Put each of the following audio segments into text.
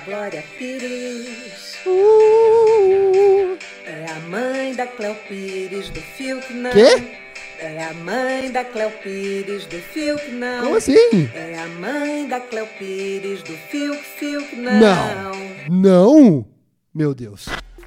Glória Pires. É a mãe da Cléo Pires do Fiuk, não. Quê? É a mãe da Cléo Pires do Fiuk, não. Como assim? É a mãe da Cléo Pires do Fiuk, não. Não! Meu Deus.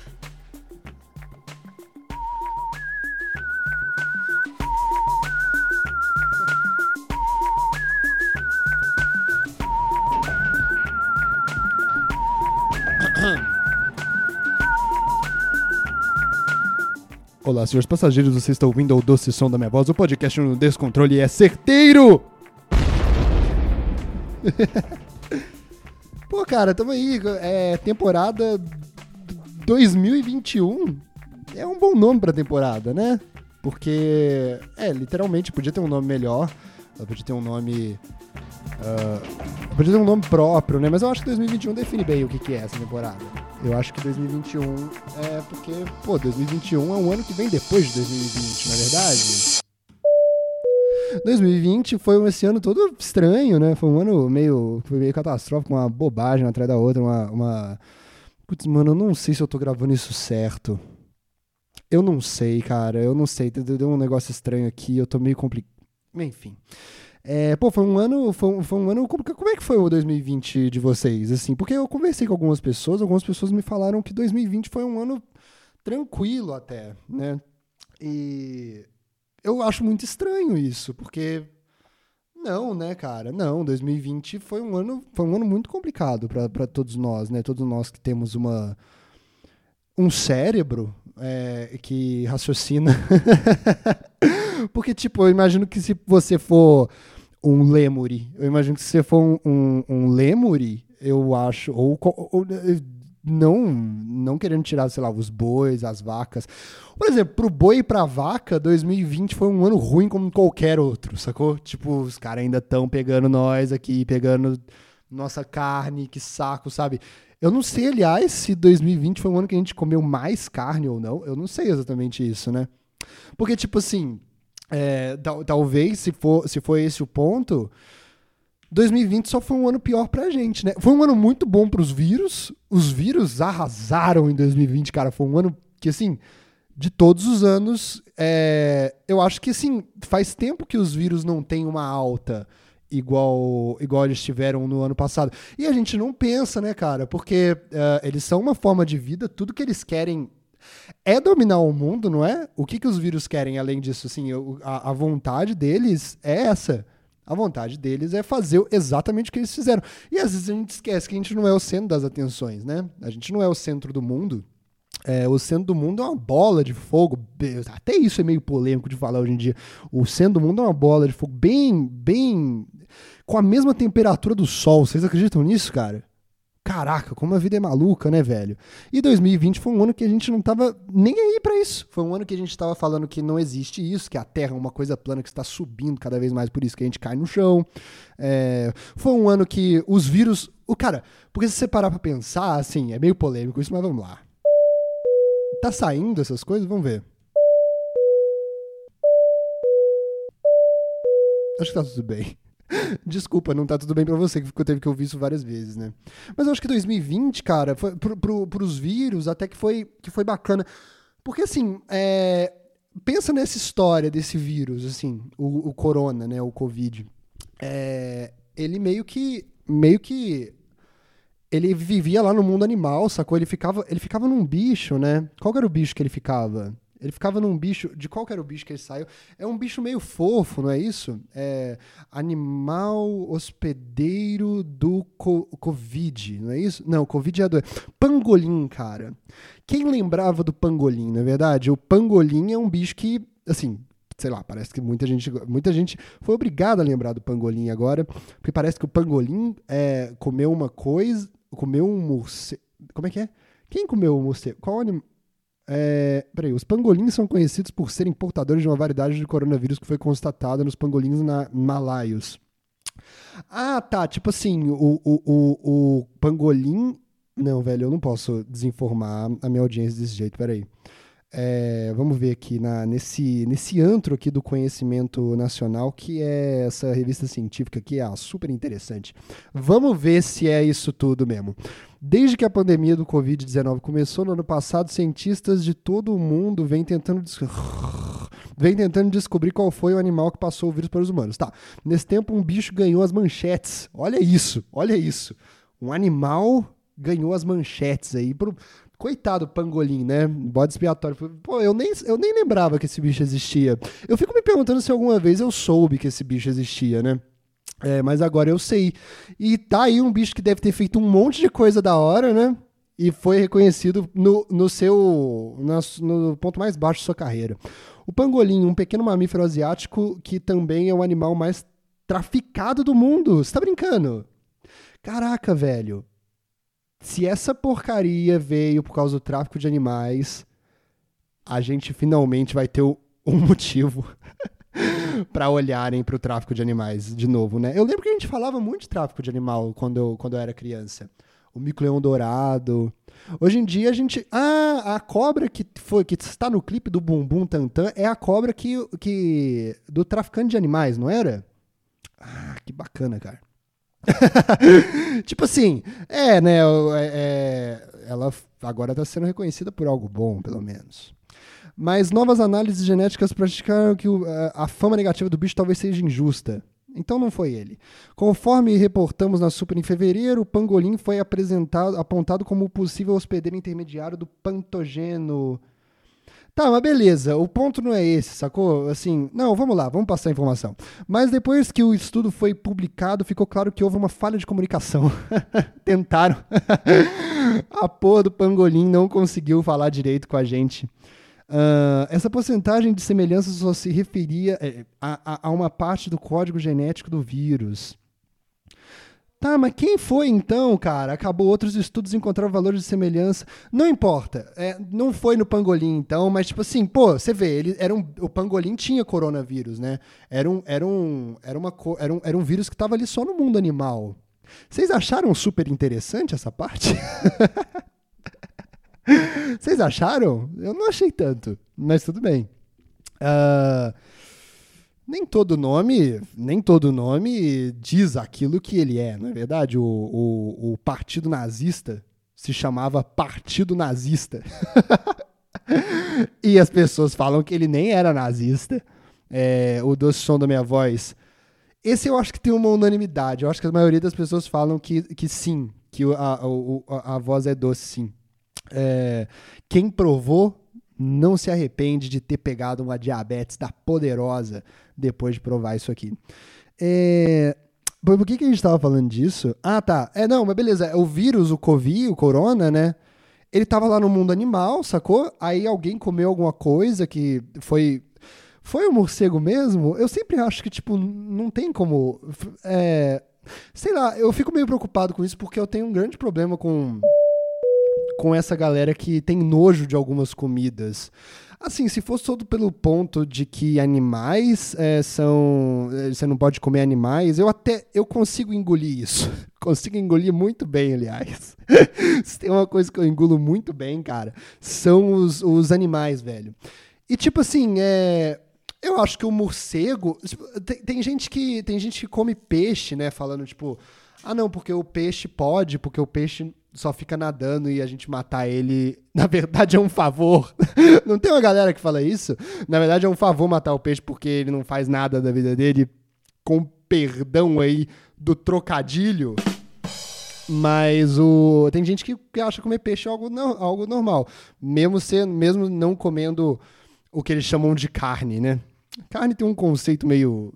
Olá, senhores passageiros, você está ouvindo o doce som da minha voz. O podcast no Descontrole é certeiro! Pô, cara, tamo aí. Temporada 2021. É um bom nome pra temporada, né? Porque, literalmente, podia ter um nome melhor. Podia ter um nome... podia ter um nome próprio, né? Mas eu acho que 2021 define bem o que é essa temporada. Eu acho que 2021 é porque, 2021 é um ano que vem depois de 2020, na verdade. 2020 foi esse ano todo estranho, né? Foi um ano meio catastrófico, uma bobagem atrás da outra, Putz, mano, eu não sei se eu tô gravando isso certo. Eu não sei, cara, deu um negócio estranho aqui, eu tô meio complicado. Enfim. Foi um ano. Como é que foi o 2020 de vocês? Assim, porque eu conversei com algumas pessoas me falaram que 2020 foi um ano tranquilo até, né? E eu acho muito estranho isso, porque não, né, cara? Não, 2020 foi um ano muito complicado para todos nós, né? Todos nós que temos um cérebro que raciocina. Porque, tipo, eu imagino que se você for um lêmure, um lêmure, eu acho, não querendo tirar, sei lá, os bois, as vacas. Por exemplo, pro boi e pra vaca, 2020 foi um ano ruim como qualquer outro, sacou? Tipo, os caras ainda estão pegando nós aqui, pegando nossa carne, que saco, sabe? Eu não sei, aliás, se 2020 foi um ano que a gente comeu mais carne ou não. Eu não sei exatamente isso, né? Porque, tipo assim... talvez, se for esse o ponto, 2020 só foi um ano pior pra gente, né? Foi um ano muito bom pros vírus. Os vírus arrasaram em 2020, cara. Foi um ano que, assim, de todos os anos, eu acho que, assim, faz tempo que os vírus não têm uma alta igual eles tiveram no ano passado. E a gente não pensa, né, cara? Porque eles são uma forma de vida, tudo que eles querem é dominar o mundo, não é? O que os vírus querem além disso? Assim, a vontade deles é essa. A vontade deles é fazer exatamente o que eles fizeram. E às vezes a gente esquece que a gente não é o centro das atenções, né? A gente não é o centro do mundo. O centro do mundo é uma bola de fogo. Até isso é meio polêmico de falar hoje em dia. O centro do mundo é uma bola de fogo bem com a mesma temperatura do Sol. Vocês acreditam nisso, cara? Caraca, como a vida é maluca, né, velho? E 2020 foi um ano que a gente não tava nem aí pra isso. Foi um ano que a gente tava falando que não existe isso, que a Terra é uma coisa plana que está subindo cada vez mais, por isso que a gente cai no chão. Foi um ano que os vírus... porque se você parar pra pensar, assim, é meio polêmico isso, mas vamos lá. Tá saindo essas coisas? Vamos ver. Acho que tá tudo bem. Desculpa, não tá tudo bem pra você, que teve que ouvir isso várias vezes, né? Mas eu acho que 2020, cara, foi, pros vírus, até que foi bacana. Porque, assim, pensa nessa história desse vírus, assim, o corona, né, o Covid. Ele meio que ele vivia lá no mundo animal, sacou? Ele ficava num bicho, né? Qual que era o bicho que ele ficava? Ele ficava num bicho... De qual que era o bicho que ele saiu? É um bicho meio fofo, não é isso? Animal hospedeiro do Covid, não é isso? Não, Covid é pangolim, cara. Quem lembrava do pangolim, não é verdade? O pangolim é um bicho que, assim... Sei lá, parece que muita gente foi obrigada a lembrar do pangolim agora, porque parece que o pangolim comeu uma coisa... Comeu um morcego... Como é que é? Quem comeu o morcego? Qual animal... os pangolins são conhecidos por serem portadores de uma variedade de coronavírus que foi constatada nos pangolins malaios. Ah, tá. Tipo assim, o pangolim... Não, velho, eu não posso desinformar a minha audiência desse jeito, peraí. Vamos ver aqui nesse antro aqui do conhecimento nacional, que é essa revista científica aqui, super interessante. Vamos ver se é isso tudo mesmo. Desde que a pandemia do Covid-19 começou no ano passado, cientistas de todo o mundo vêm tentando descobrir qual foi o animal que passou o vírus para os humanos. Tá. Nesse tempo, um bicho ganhou as manchetes. Olha isso. Um animal ganhou as manchetes aí Coitado do pangolim, né? Bode expiatório. Pô, eu nem lembrava que esse bicho existia. Eu fico me perguntando se alguma vez eu soube que esse bicho existia, né? Mas agora eu sei. E tá aí um bicho que deve ter feito um monte de coisa da hora, né? E foi reconhecido no ponto mais baixo de sua carreira. O pangolim, um pequeno mamífero asiático que também é o animal mais traficado do mundo. Você tá brincando? Caraca, velho. Se essa porcaria veio por causa do tráfico de animais, a gente finalmente vai ter um motivo para olharem para o tráfico de animais de novo, né? Eu lembro que a gente falava muito de tráfico de animal quando eu era criança. O mico-leão dourado. Hoje em dia a gente... a cobra que está no clipe do Bumbum Tantan é a cobra do traficante de animais, não era? Que bacana, cara. Tipo assim, né? Ela agora está sendo reconhecida por algo bom, pelo menos. Mas novas análises genéticas praticaram que a fama negativa do bicho talvez seja injusta. Então não foi ele. Conforme reportamos na Super em fevereiro, o pangolim foi apontado como possível hospedeiro intermediário do pantogeno. Tá, mas beleza, o ponto não é esse, sacou? Assim, não, vamos lá, vamos passar a informação. Mas depois que o estudo foi publicado, ficou claro que houve uma falha de comunicação. Tentaram. A porra do pangolim não conseguiu falar direito com a gente. Essa porcentagem de semelhança só se referia a uma parte do código genético do vírus. Tá, mas quem foi então, cara? Acabou outros estudos e encontraram valores de semelhança. Não importa. Não foi no pangolim, então, mas tipo assim, pô, você vê, o pangolim tinha coronavírus, né? Era um vírus que estava ali só no mundo animal. Vocês acharam super interessante essa parte? Vocês acharam? Eu não achei tanto, mas tudo bem. Nem todo nome diz aquilo que ele é, não é verdade? O Partido Nazista se chamava Partido Nazista. E as pessoas falam que ele nem era nazista. O doce som da minha voz. Esse eu acho que tem uma unanimidade. Eu acho que a maioria das pessoas falam que sim, que a voz é doce, sim. Quem provou não se arrepende de ter pegado uma diabetes da poderosa depois de provar isso aqui. Por que a gente estava falando disso? Tá. Não, mas beleza. O vírus, o Covid, o corona, né? Ele tava lá no mundo animal, sacou? Aí alguém comeu alguma coisa que foi um morcego mesmo? Eu sempre acho que, tipo, não tem como... sei lá, eu fico meio preocupado com isso porque eu tenho um grande problema com essa galera que tem nojo de algumas comidas. Assim, se fosse todo pelo ponto de que animais você não pode comer animais, eu consigo engolir isso. Consigo engolir muito bem, aliás. Se tem uma coisa que eu engulo muito bem, cara, são os animais, velho. E tipo assim, eu acho que o morcego... Tem gente que come peixe, né? Falando tipo, não, porque o peixe pode, porque o peixe só fica nadando e a gente matar ele, na verdade é um favor. Não tem uma galera que fala isso? Na verdade é um favor matar o peixe porque ele não faz nada da vida dele, com perdão aí do trocadilho. Mas tem gente que acha comer peixe algo normal, mesmo não comendo o que eles chamam de carne, né? Carne tem um conceito meio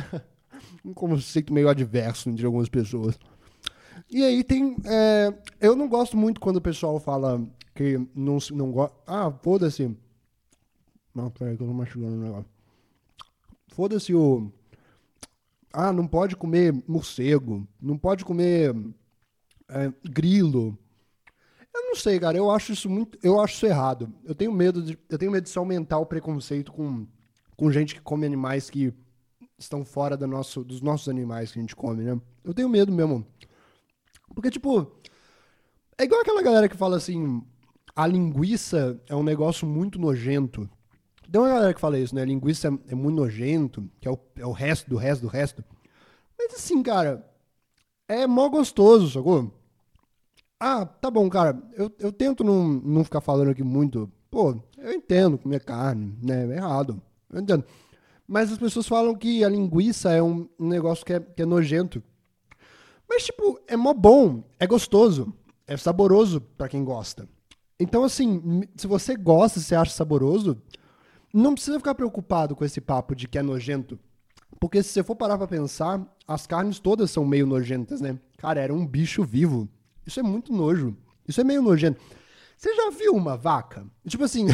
adverso entre algumas pessoas. E aí eu não gosto muito quando o pessoal fala que não gosta... foda-se. Não, peraí que eu tô mastigando um negócio. Foda-se não pode comer morcego, não pode comer grilo. Eu não sei, cara, eu acho isso errado. Eu tenho medo de se aumentar o preconceito com gente que come animais que estão fora dos nossos animais que a gente come, né? Eu tenho medo mesmo. Porque, tipo, é igual aquela galera que fala assim, a linguiça é um negócio muito nojento. Tem uma galera que fala isso, né? Linguiça é muito nojento, que é o resto do resto do resto. Mas assim, cara, é mó gostoso, sacou? Ah, tá bom, cara. Eu tento não ficar falando aqui muito. Pô, eu entendo comer carne, né? É errado. Eu entendo. Mas as pessoas falam que a linguiça é um negócio que é nojento. Mas, tipo, é mó bom, é gostoso, é saboroso pra quem gosta. Então, assim, se você gosta, se você acha saboroso, não precisa ficar preocupado com esse papo de que é nojento. Porque se você for parar pra pensar, as carnes todas são meio nojentas, né? Cara, era um bicho vivo. Isso é muito nojo. Isso é meio nojento. Você já viu uma vaca? Tipo assim...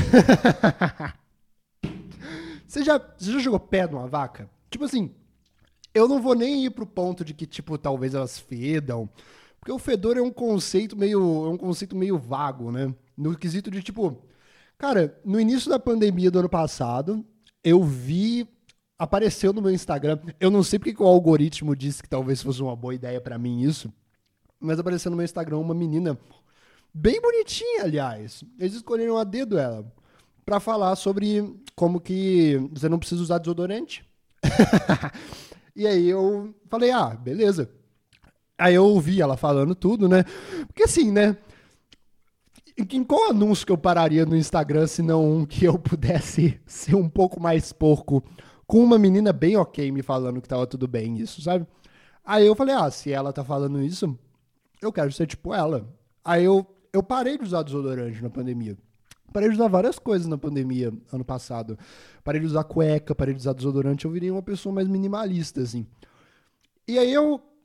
Você já jogou pé numa vaca? Tipo assim, eu não vou nem ir pro ponto de que, tipo, talvez elas fedam. Porque o fedor é um conceito meio vago, né? No quesito de, tipo... Cara, no início da pandemia do ano passado, eu vi... Apareceu no meu Instagram. Eu não sei porque que o algoritmo disse que talvez fosse uma boa ideia pra mim isso. Mas apareceu no meu Instagram uma menina... Bem bonitinha, aliás. Eles escolheram a dedo ela. Pra falar sobre como que você não precisa usar desodorante. E aí eu falei, beleza. Aí eu ouvi ela falando tudo, né? Porque assim, né? Em qual anúncio que eu pararia no Instagram se não um que eu pudesse ser um pouco mais porco com uma menina bem ok me falando que tava tudo bem isso, sabe? Aí eu falei, se ela tá falando isso, eu quero ser tipo ela. Aí eu parei de usar desodorante na pandemia. Parei de usar várias coisas na pandemia, ano passado. Parei de usar cueca, parei de usar desodorante. Eu virei uma pessoa mais minimalista, assim. E aí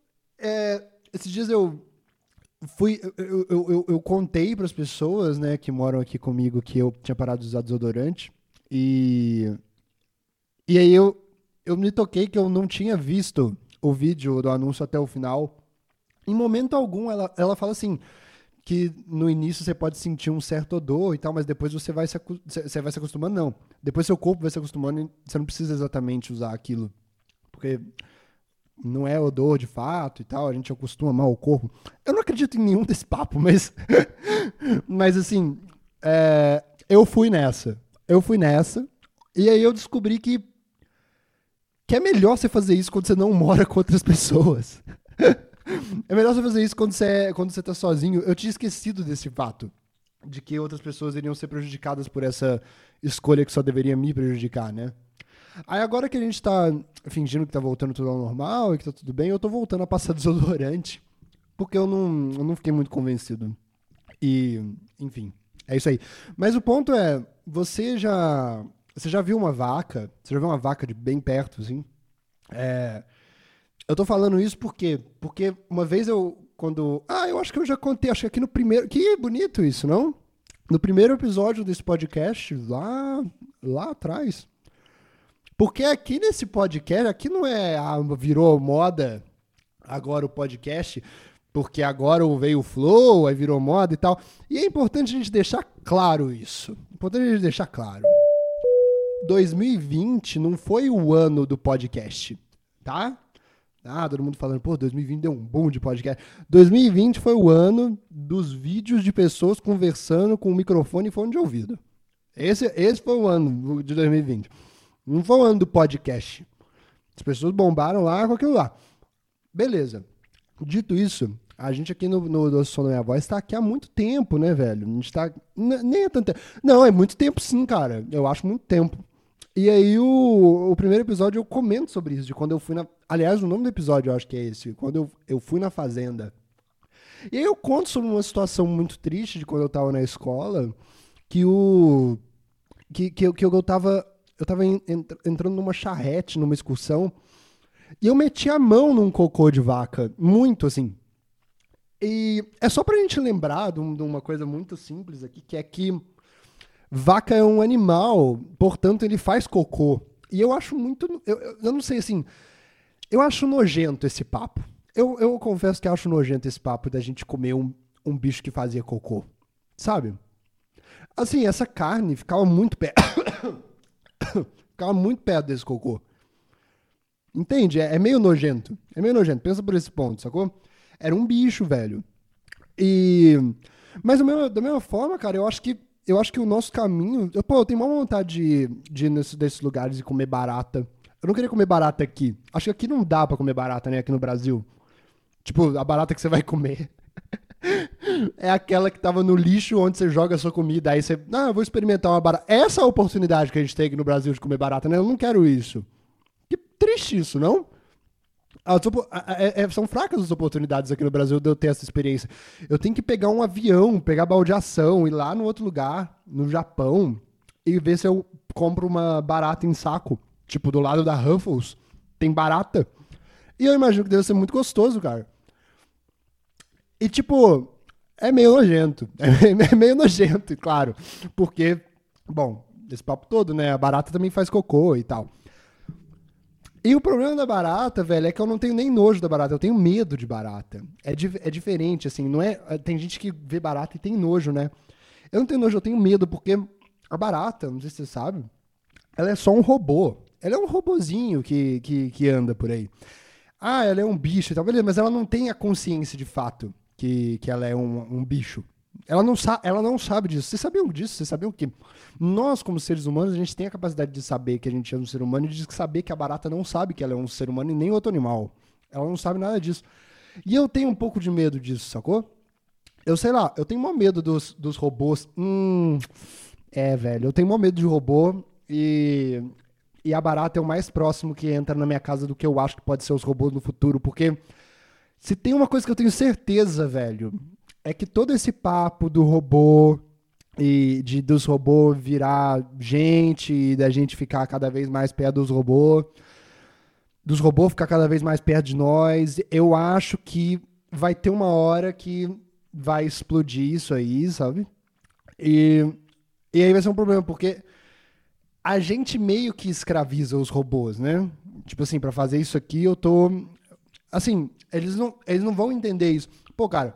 esses dias eu fui... Eu contei para as pessoas, né, que moram aqui comigo que eu tinha parado de usar desodorante. E aí eu me toquei que eu não tinha visto o vídeo do anúncio até o final. Em momento algum, ela fala assim... que no início você pode sentir um certo odor e tal, mas depois você vai se acostumando, não. Depois seu corpo vai se acostumando e você não precisa exatamente usar aquilo. Porque não é odor de fato e tal, a gente acostuma mal o corpo. Eu não acredito em nenhum desse papo, mas... mas assim, eu fui nessa. E aí eu descobri que é melhor você fazer isso quando você não mora com outras pessoas. É melhor você fazer isso quando você tá sozinho. Eu tinha esquecido desse fato. De que outras pessoas iriam ser prejudicadas por essa escolha que só deveria me prejudicar, né? Aí agora que a gente tá fingindo que tá voltando tudo ao normal e que tá tudo bem, eu tô voltando a passar desodorante. Porque eu não fiquei muito convencido. E, enfim, é isso aí. Mas o ponto é, você já viu uma vaca? Você já viu uma vaca de bem perto, assim? Eu tô falando isso porque uma vez eu acho que eu já contei, acho que aqui no primeiro... Que bonito isso, não? No primeiro episódio desse podcast, lá atrás. Porque aqui nesse podcast, aqui não virou moda agora o podcast, porque agora veio o Flow, aí virou moda e tal. E é importante a gente deixar claro isso. 2020 não foi o ano do podcast, tá? Todo mundo falando, 2020 deu um boom de podcast. 2020 foi o ano dos vídeos de pessoas conversando com o microfone e fone de ouvido. Esse foi o ano de 2020. Não foi o ano do podcast. As pessoas bombaram lá com aquilo lá. Beleza. Dito isso, a gente aqui no Som da Minha Voz está aqui há muito tempo, né, velho? A gente tá... Nem é tanto tempo. Não, é muito tempo sim, cara. Eu acho muito tempo. E aí o primeiro episódio eu comento sobre isso, de quando eu fui na... Aliás, o nome do episódio eu acho que é esse, quando eu fui na fazenda. E aí eu conto sobre uma situação muito triste de quando eu tava na escola, que eu tava entrando numa charrete, numa excursão, e eu meti a mão num cocô de vaca, muito assim. E é só pra gente lembrar de uma coisa muito simples aqui, que é que vaca é um animal, portanto ele faz cocô. E eu acho muito... Eu não sei, assim... Eu acho nojento esse papo. Eu confesso que acho nojento esse papo da gente comer um bicho que fazia cocô. Sabe? Assim, essa carne ficava muito perto... ficava muito perto desse cocô. Entende? É meio nojento. Pensa por esse ponto, sacou? Era um bicho, velho. E Mas da mesma forma, cara, eu acho que o nosso caminho. Eu tenho uma vontade de ir desses lugares e comer barata. Eu não queria comer barata aqui. Acho que aqui não dá pra comer barata, né? Aqui no Brasil. Tipo, a barata que você vai comer é aquela que tava no lixo onde você joga a sua comida. Aí você. Ah, eu vou experimentar uma barata. Essa é a oportunidade que a gente tem aqui no Brasil de comer barata, né? Eu não quero isso. Que triste isso, não? São fracas as oportunidades aqui no Brasil de eu ter essa experiência. Eu tenho que pegar um avião, pegar baldeação, ir lá no outro lugar, no Japão, e ver se eu compro uma barata em saco. Tipo, do lado da Ruffles, tem barata. E eu imagino que deve ser muito gostoso, cara. E, tipo, é meio nojento. É meio nojento, claro. Porque, bom, esse papo todo, né? A barata também faz cocô e tal. E o problema da barata, velho, é que eu não tenho nem nojo da barata, eu tenho medo de barata. É diferente, assim, não é. Tem gente que vê barata e tem nojo, né? Eu não tenho nojo, eu tenho medo, porque a barata, não sei se você sabe, ela é só um robô. Ela é um robozinho que anda por aí. Ah, ela é um bicho e tal, beleza, mas ela não tem a consciência de fato que ela é um bicho. Ela não sabe disso. Vocês sabiam disso? Vocês sabiam que nós, como seres humanos, a gente tem a capacidade de saber que a gente é um ser humano e de saber que a barata não sabe que ela é um ser humano e nem outro animal. Ela não sabe nada disso. E eu tenho um pouco de medo disso, sacou? Eu sei lá, eu tenho maior medo dos robôs. Velho, eu tenho maior medo de robô e a barata é o mais próximo que entra na minha casa do que eu acho que pode ser os robôs no futuro, porque se tem uma coisa que eu tenho certeza, velho, é que todo esse papo do robô dos robôs virar gente e da gente ficar cada vez mais perto dos robôs ficar cada vez mais perto de nós, eu acho que vai ter uma hora que vai explodir isso aí, sabe? E aí vai ser um problema, porque a gente meio que escraviza os robôs, né? Tipo assim, pra fazer isso aqui eu tô. Assim, eles não vão entender isso. Pô, cara,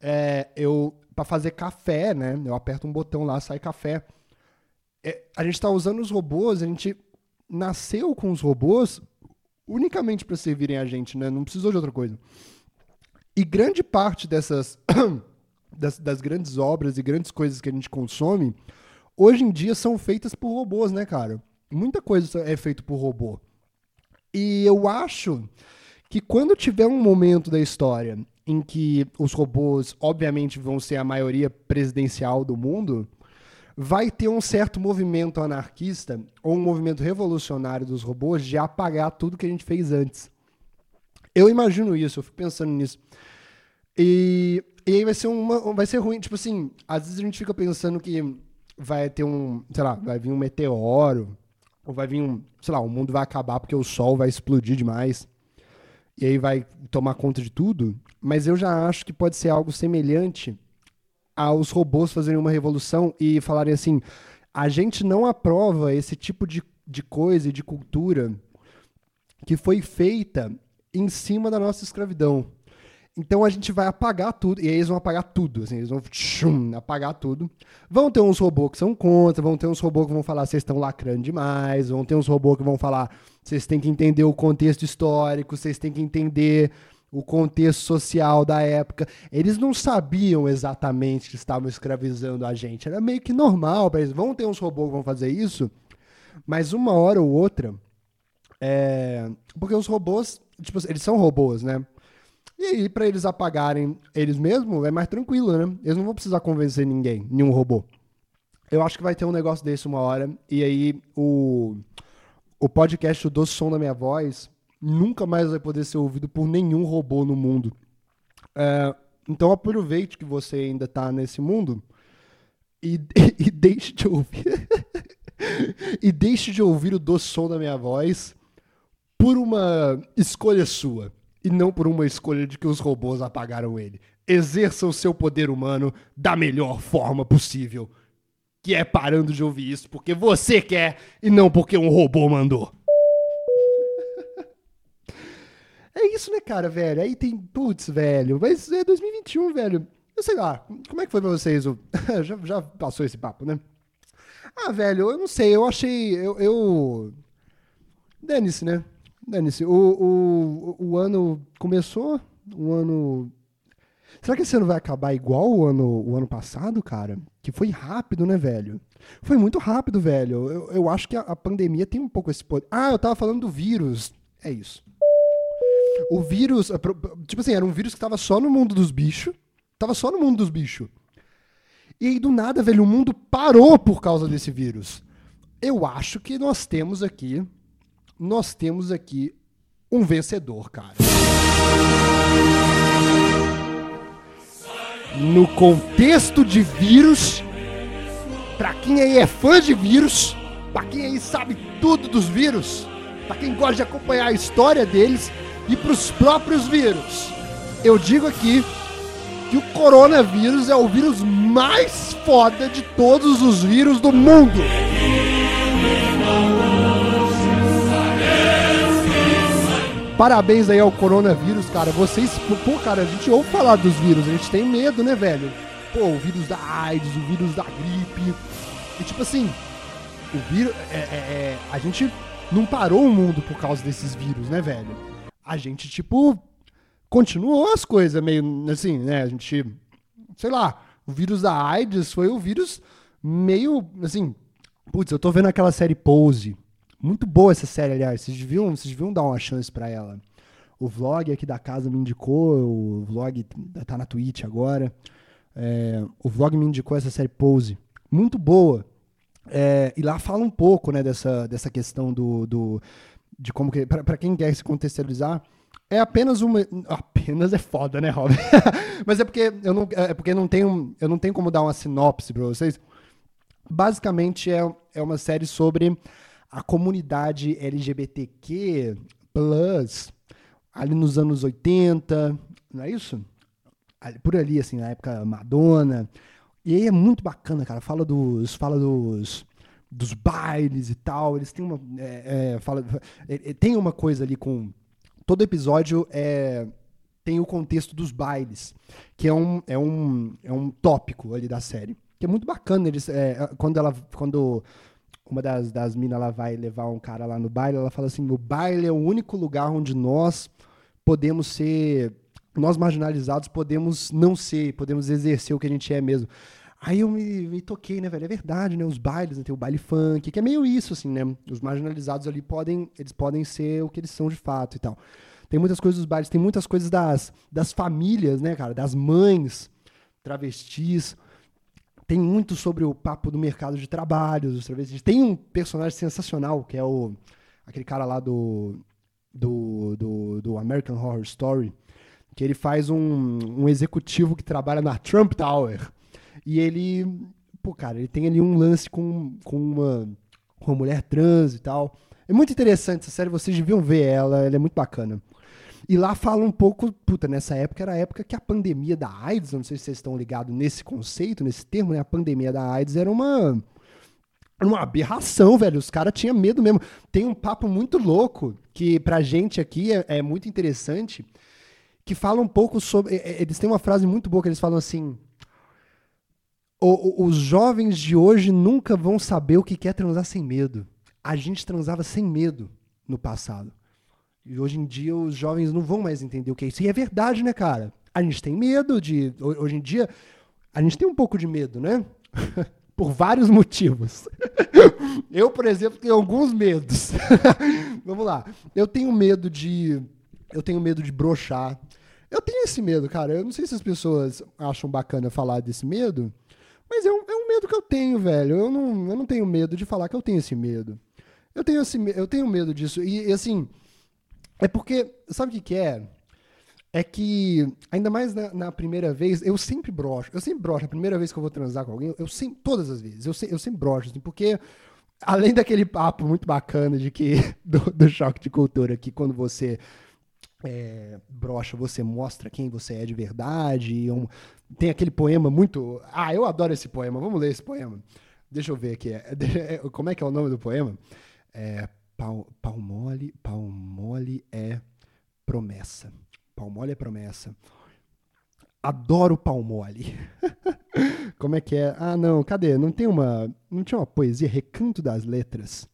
pra fazer café, né? Eu aperto um botão lá, sai café. A gente tá usando os robôs, a gente nasceu com os robôs unicamente pra servirem a gente, né? Não precisou de outra coisa. E grande parte dessas. das grandes obras e grandes coisas que a gente consome, hoje em dia são feitas por robôs, né, cara? Muita coisa é feita por robô. E eu acho que quando tiver um momento da história em que os robôs, obviamente, vão ser a maioria presidencial do mundo, vai ter um certo movimento anarquista ou um movimento revolucionário dos robôs de apagar tudo que a gente fez antes. Eu imagino isso, eu fico pensando nisso. E aí vai ser ruim, tipo assim, às vezes a gente fica pensando que vai ter vai vir um meteoro, ou vai vir o mundo vai acabar porque o sol vai explodir demais, e aí vai tomar conta de tudo, mas eu já acho que pode ser algo semelhante aos robôs fazerem uma revolução e falarem assim, a gente não aprova esse tipo de coisa e de cultura que foi feita em cima da nossa escravidão. Então a gente vai apagar tudo, e aí eles vão apagar tudo, assim, eles vão apagar tudo. Vão ter uns robôs que são contra, vão ter uns robôs que vão falar vocês estão lacrando demais, vão ter uns robôs que vão falar vocês têm que entender o contexto histórico, vocês têm que entender o contexto social da época. Eles não sabiam exatamente que estavam escravizando a gente, era meio que normal para eles. Vão ter uns robôs que vão fazer isso, mas uma hora ou outra, porque os robôs, tipo, eles são robôs, né? E aí, pra eles apagarem eles mesmos, é mais tranquilo, né? Eles não vão precisar convencer ninguém, nenhum robô. Eu acho que vai ter um negócio desse uma hora, e aí o podcast O Doce Som da Minha Voz nunca mais vai poder ser ouvido por nenhum robô no mundo. Então aproveite que você ainda tá nesse mundo e deixe de ouvir. E deixe de ouvir o Doce Som da Minha Voz por uma escolha sua. E não por uma escolha de que os robôs apagaram ele. Exerça o seu poder humano da melhor forma possível. Que é parando de ouvir isso porque você quer e não porque um robô mandou. É isso, né, cara, velho? Aí tem... Putz, velho. Mas é 2021, velho. Eu sei lá. Como é que foi pra vocês? Já passou esse papo, né? Ah, velho, eu não sei. Eu achei... Dane-se, né? Dane-se. O ano começou, o ano... Será que esse ano vai acabar igual o ano passado, cara? Que foi rápido, né, velho? Foi muito rápido, velho. Eu acho que a pandemia tem um pouco esse poder. Ah, eu tava falando do vírus. É isso. O vírus, tipo assim, era um vírus que tava só no mundo dos bichos. Tava só no mundo dos bichos. E aí, do nada, velho, o mundo parou por causa desse vírus. Eu acho que nós temos aqui um vencedor, cara. No contexto de vírus, pra quem aí é fã de vírus, pra quem aí sabe tudo dos vírus, pra quem gosta de acompanhar a história deles e pros próprios vírus, eu digo aqui que o coronavírus é o vírus mais foda de todos os vírus do mundo. Parabéns aí ao coronavírus, cara. Vocês, pô, cara, a gente ouve falar dos vírus, a gente tem medo, né, velho? Pô, o vírus da AIDS, o vírus da gripe. E tipo assim, o vírus. A gente não parou o mundo por causa desses vírus, né, velho? A gente, tipo, continuou as coisas meio assim, né? A gente. Sei lá, o vírus da AIDS foi o vírus meio assim. Putz, eu tô vendo aquela série Pose. Muito boa essa série, aliás. Vocês deviam dar uma chance pra ela. O vlog aqui da casa me indicou, o vlog tá na Twitch agora. O vlog me indicou essa série Pose. Muito boa. E lá fala um pouco, né, dessa questão de como que... Pra quem quer se contextualizar, é apenas uma... Apenas é foda, né, Rob? Mas é porque eu não tenho como dar uma sinopse pra vocês. Basicamente é uma série sobre a comunidade LGBTQ+, ali nos anos 80, não é isso? Por ali, assim, na época Madonna. E aí é muito bacana, cara. Fala dos bailes e tal. Eles têm tem uma coisa ali com... Todo episódio tem o contexto dos bailes, que é um tópico ali da série. Que é muito bacana. Quando uma das minas ela vai levar um cara lá no baile, ela fala assim, o baile é o único lugar onde nós podemos ser, nós marginalizados podemos não ser, podemos exercer o que a gente é mesmo. Aí eu me toquei, né, velho? É verdade, né? Os bailes, né? Tem o baile funk, que é meio isso, assim, né? Os marginalizados ali eles podem ser o que eles são de fato e tal. Tem muitas coisas dos bailes, tem muitas coisas das famílias, né, cara? Das mães, travestis. Tem muito sobre o papo do mercado de trabalho, dos travestis. Tem um personagem sensacional, que é aquele cara lá do American Horror Story, que ele faz um executivo que trabalha na Trump Tower. E ele, pô, cara, ele tem ali um lance com uma mulher trans e tal. É muito interessante essa série, vocês deviam ver ela é muito bacana. E lá fala um pouco, puta, nessa época era a época que a pandemia da AIDS, não sei se vocês estão ligados nesse conceito, nesse termo, né? A pandemia da AIDS era uma aberração, velho. Os caras tinham medo mesmo. Tem um papo muito louco, que pra gente aqui é muito interessante, que fala um pouco sobre... Eles têm uma frase muito boa que eles falam assim... Os jovens de hoje nunca vão saber o que é transar sem medo. A gente transava sem medo no passado. E hoje em dia os jovens não vão mais entender o que é isso. E é verdade, né, cara? A gente tem medo de... Hoje em dia, a gente tem um pouco de medo, né? Por vários motivos. Eu, por exemplo, tenho alguns medos. Vamos lá. Eu tenho medo de broxar. Eu tenho esse medo, cara. Eu não sei se as pessoas acham bacana falar desse medo, mas é um medo que eu tenho, velho. Eu não tenho medo de falar que eu tenho esse medo. Eu tenho medo disso. E assim... É porque, sabe o que é? É que, ainda mais na primeira vez, eu sempre broxo. A primeira vez que eu vou transar com alguém, todas as vezes, eu sempre broxo, assim, porque, além daquele papo muito bacana de que, do choque de cultura, que quando você broxa, você mostra quem você é de verdade, tem aquele poema muito... eu adoro esse poema, vamos ler esse poema. Deixa eu ver aqui, como é que é o nome do poema? Pau mole é promessa. Pau mole é promessa. Adoro pau mole. Como é que é? Não, cadê? Não tinha uma poesia? Recanto das Letras.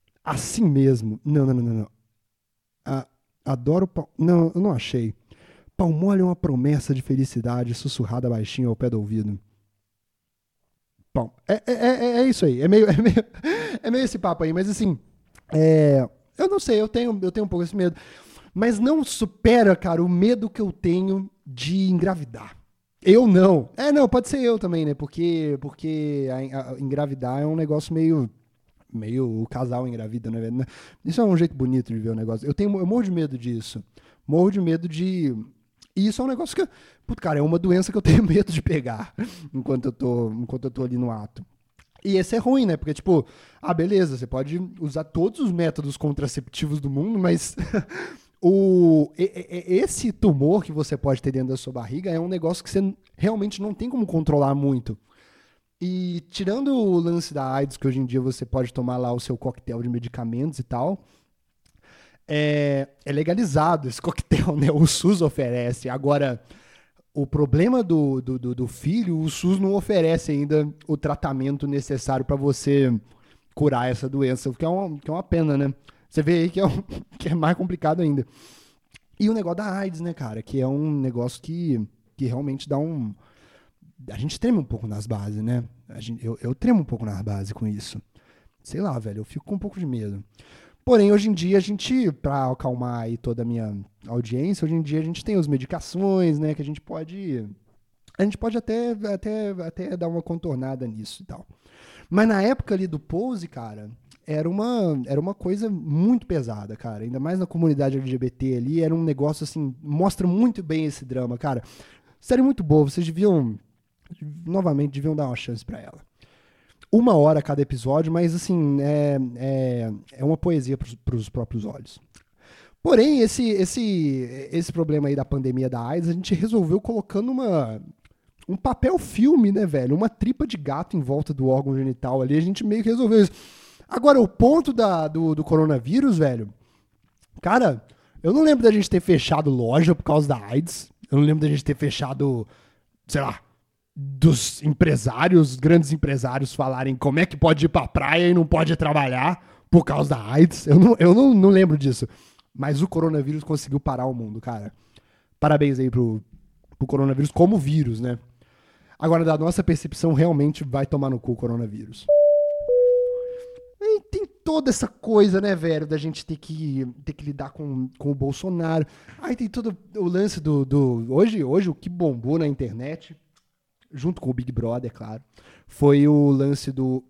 Assim mesmo. Não. Adoro pau... Não, eu não achei. Pau mole é uma promessa de felicidade sussurrada baixinho ao pé do ouvido. Bom, é isso aí. É meio esse papo aí, mas assim, eu não sei, eu tenho um pouco esse medo. Mas não supera, cara, o medo que eu tenho de engravidar. Eu não. Não, pode ser eu também, né? Porque engravidar é um negócio meio o casal engravida, né? Isso é um jeito bonito de ver o negócio. Eu morro de medo disso. Morro de medo de... E isso é um negócio que... Puta, cara, é uma doença que eu tenho medo de pegar enquanto eu tô ali no ato. E esse é ruim, né? Porque, tipo, beleza, você pode usar todos os métodos contraceptivos do mundo, mas esse tumor que você pode ter dentro da sua barriga é um negócio que você realmente não tem como controlar muito. E tirando o lance da AIDS, que hoje em dia você pode tomar lá o seu coquetel de medicamentos e tal, é legalizado esse coquetel, né? O SUS oferece. Agora, o problema do filho, o SUS não oferece ainda o tratamento necessário para você curar essa doença, o que é uma pena, né? Você vê aí que é mais complicado ainda. E o negócio da AIDS, né, cara? Que é um negócio que realmente dá um... A gente treme um pouco nas bases, né? Eu tremo um pouco nas bases com isso. Sei lá, velho, eu fico com um pouco de medo. Porém, hoje em dia, pra acalmar aí toda a minha audiência, hoje em dia a gente tem as medicações, né, que a gente pode até dar uma contornada nisso e tal. Mas na época ali do Pose, cara, era uma coisa muito pesada, cara. Ainda mais na comunidade LGBT ali, era um negócio assim, mostra muito bem esse drama, cara. Série muito boa, vocês deviam dar uma chance pra ela. 1 hora cada episódio, mas assim, é uma poesia pros próprios olhos. Porém, esse problema aí da pandemia da AIDS, a gente resolveu colocando um papel filme, né, velho? Uma tripa de gato em volta do órgão genital ali, a gente meio que resolveu isso. Agora, o ponto do coronavírus, velho, cara, eu não lembro da gente ter fechado loja por causa da AIDS, eu não lembro da gente ter fechado, sei lá, dos empresários, grandes empresários falarem como é que pode ir pra praia e não pode trabalhar por causa da AIDS. Eu não lembro disso. Mas o coronavírus conseguiu parar o mundo, cara. Parabéns aí pro coronavírus como vírus, né? Agora, da nossa percepção, realmente vai tomar no cu o coronavírus. E tem toda essa coisa, né, velho, da gente ter que lidar com o Bolsonaro. Aí tem todo o lance Hoje o que bombou na internet, junto com o Big Brother, é claro, foi o lance do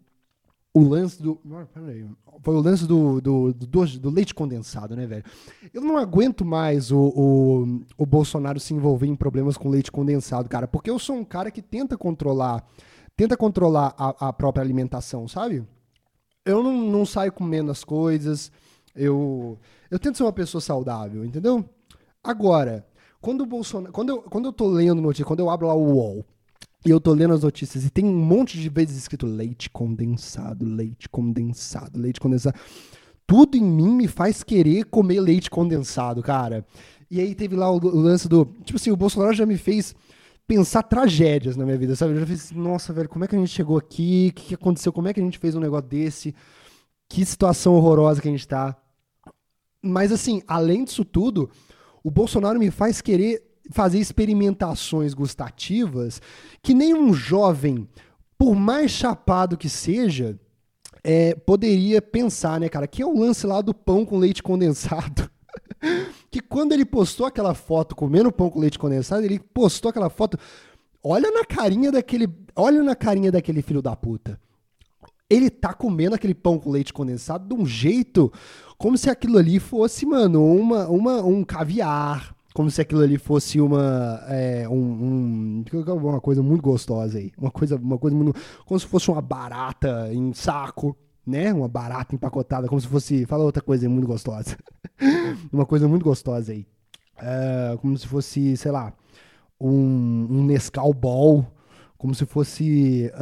leite condensado, né, velho? Eu não aguento mais o Bolsonaro se envolver em problemas com leite condensado, cara, porque eu sou um cara que tenta controlar a própria alimentação, sabe? Eu não saio comendo as coisas, eu tento ser uma pessoa saudável, entendeu? Agora, quando eu tô lendo notícia, quando eu abro lá o UOL, e eu tô lendo as notícias e tem um monte de vezes escrito leite condensado, leite condensado, leite condensado. Tudo em mim me faz querer comer leite condensado, cara. E aí teve lá o lance do... Tipo assim, o Bolsonaro já me fez pensar tragédias na minha vida, sabe? Eu já fiz, nossa, velho, como é que a gente chegou aqui? O que aconteceu? Como é que a gente fez um negócio desse? Que situação horrorosa que a gente tá. Mas assim, além disso tudo, o Bolsonaro me faz querer fazer experimentações gustativas que nem um jovem, por mais chapado que seja, poderia pensar, né, cara? Que é o lance lá do pão com leite condensado. Que quando ele postou aquela foto comendo pão com leite condensado, ele postou aquela foto... Olha na carinha daquele filho da puta. Ele tá comendo aquele pão com leite condensado de um jeito como se aquilo ali fosse, mano, um caviar. Como se aquilo ali fosse uma coisa muito gostosa aí. Uma coisa muito... Como se fosse uma barata em saco, né? Uma barata empacotada, como se fosse... Fala outra coisa aí muito gostosa. Uma coisa muito gostosa aí. Como se fosse, sei lá, um Nescau Ball. Como se fosse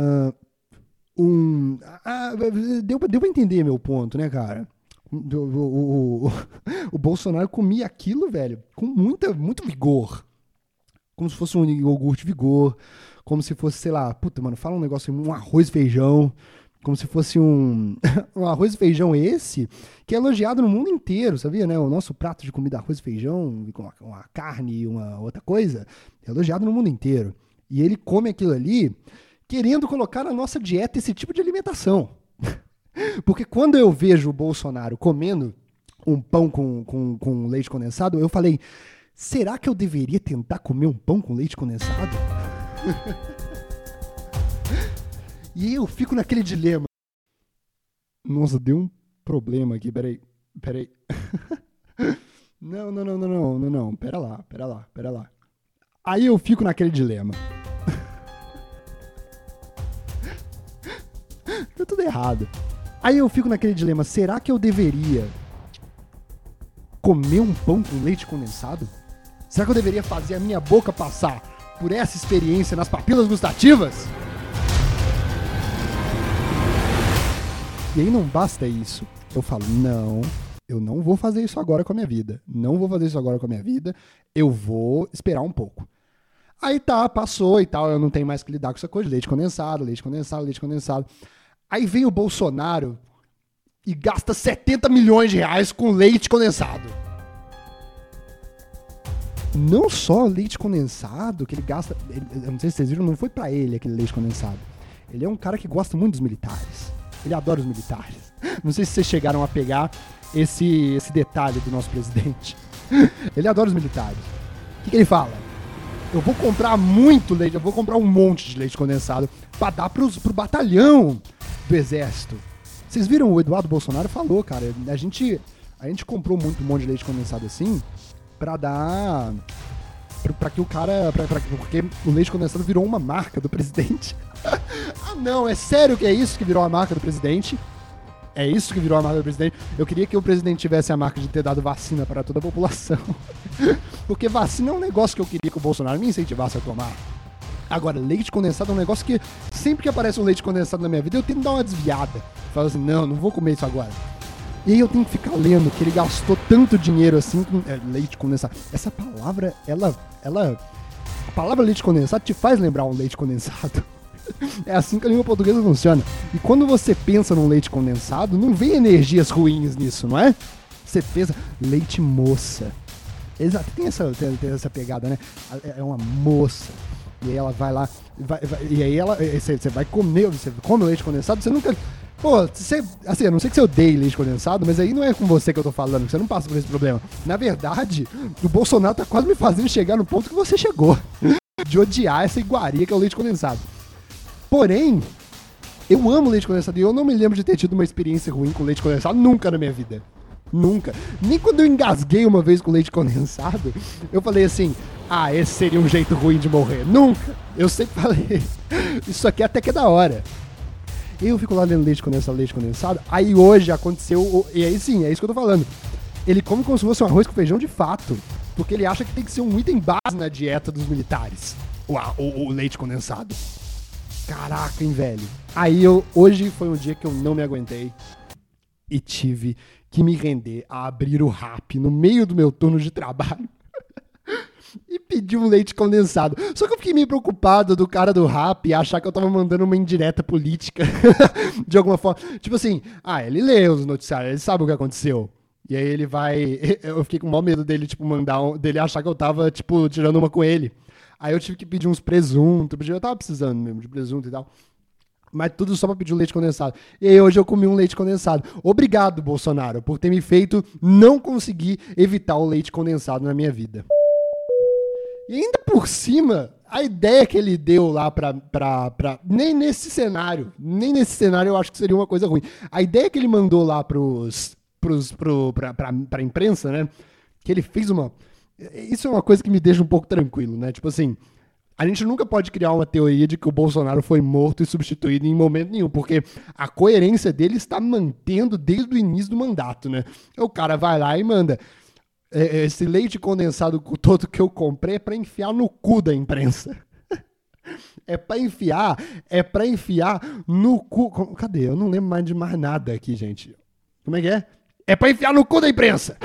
deu pra entender meu ponto, né, cara? O Bolsonaro comia aquilo, velho, com muito vigor. Como se fosse um iogurte vigor. Como se fosse, sei lá, puta, mano, fala um negócio, um arroz e feijão. como se fosse um arroz e feijão esse, que é elogiado no mundo inteiro, sabia, né? O nosso prato de comida arroz e feijão, com uma carne e uma outra coisa, é elogiado no mundo inteiro. E ele come aquilo ali, querendo colocar na nossa dieta esse tipo de alimentação. Porque quando eu vejo o Bolsonaro comendo um pão com leite condensado, eu falei, será que eu deveria tentar comer um pão com leite condensado? E eu fico naquele dilema. Nossa, deu um problema aqui, peraí. Não, pera lá. Aí eu fico naquele dilema. Deu tudo errado. Aí eu fico naquele dilema, será que eu deveria comer um pão com leite condensado? Será que eu deveria fazer a minha boca passar por essa experiência nas papilas gustativas? E aí não basta isso. Eu falo, não, eu não vou fazer isso agora com a minha vida. Eu vou esperar um pouco. Aí tá, passou e tal, eu não tenho mais que lidar com essa coisa de leite condensado. Aí vem o Bolsonaro e gasta 70 milhões de reais com leite condensado. Não só leite condensado, que ele gasta... Eu não sei se vocês viram, não foi pra ele aquele leite condensado. Ele é um cara que gosta muito dos militares. Ele adora os militares. Não sei se vocês chegaram a pegar esse detalhe do nosso presidente. Ele adora os militares. O que ele fala? Eu vou comprar muito leite, eu vou comprar um monte de leite condensado pra dar pro batalhão do exército. Vocês viram, o Eduardo Bolsonaro falou, cara, a gente comprou um monte de leite condensado assim pra dar... Pra que o cara... Porque o leite condensado virou uma marca do presidente. Ah, não, é sério que é isso que virou a marca do presidente? É isso que virou a marca do presidente? Eu queria que o presidente tivesse a marca de ter dado vacina para toda a população. Porque vacina é um negócio que eu queria que o Bolsonaro me incentivasse a tomar. Agora, leite condensado é um negócio que sempre que aparece um leite condensado na minha vida, eu tento dar uma desviada. Falo assim, não vou comer isso agora. E aí eu tenho que ficar lendo que ele gastou tanto dinheiro assim com leite condensado. Essa palavra, a palavra leite condensado te faz lembrar um leite condensado. É assim que a língua portuguesa funciona. E quando você pensa num leite condensado, não vem energias ruins nisso, não é? Você pensa, leite moça. Exato, tem essa pegada, né? É uma moça. E aí ela vai lá, e aí você vai comer, você come leite condensado, você nunca... Pô, assim, eu não sei que você odeia leite condensado, mas aí não é com você que eu tô falando, que você não passa por esse problema. Na verdade, o Bolsonaro tá quase me fazendo chegar no ponto que você chegou. De odiar essa iguaria que é o leite condensado. Porém, eu amo leite condensado e eu não me lembro de ter tido uma experiência ruim com leite condensado nunca na minha vida. Nunca. Nem quando eu engasguei uma vez com leite condensado, eu falei assim, esse seria um jeito ruim de morrer. Nunca. Eu sempre falei, isso aqui até que é da hora. Eu fico lá lendo leite condensado, aí hoje aconteceu, e aí sim, é isso que eu tô falando. Ele come como se fosse um arroz com feijão de fato, porque ele acha que tem que ser um item base na dieta dos militares, o leite condensado. Caraca, hein, velho. Aí hoje foi um dia que eu não me aguentei e tive que me render a abrir o Rappi no meio do meu turno de trabalho e pedir um leite condensado. Só que eu fiquei meio preocupado do cara do Rappi achar que eu tava mandando uma indireta política de alguma forma. Tipo assim, ele lê os noticiários, ele sabe o que aconteceu. E aí ele vai... Eu fiquei com o maior medo dele, tipo, dele achar que eu tava, tipo, tirando uma com ele. Aí eu tive que pedir uns presuntos, eu tava precisando mesmo de presunto e tal. Mas tudo só pra pedir um leite condensado. E aí hoje eu comi um leite condensado. Obrigado, Bolsonaro, por ter me feito não conseguir evitar o leite condensado na minha vida. E ainda por cima, a ideia que ele deu lá nem nesse cenário eu acho que seria uma coisa ruim. A ideia que ele mandou lá pra imprensa, né? Que ele fez uma... Isso é uma coisa que me deixa um pouco tranquilo, né? Tipo assim, a gente nunca pode criar uma teoria de que o Bolsonaro foi morto e substituído em momento nenhum, porque a coerência dele está mantendo desde o início do mandato, né? O cara vai lá e manda... Esse leite condensado todo que eu comprei é pra enfiar no cu da imprensa. É pra enfiar no cu... Cadê? Eu não lembro mais de mais nada aqui, gente. Como é que é? É pra enfiar no cu da imprensa.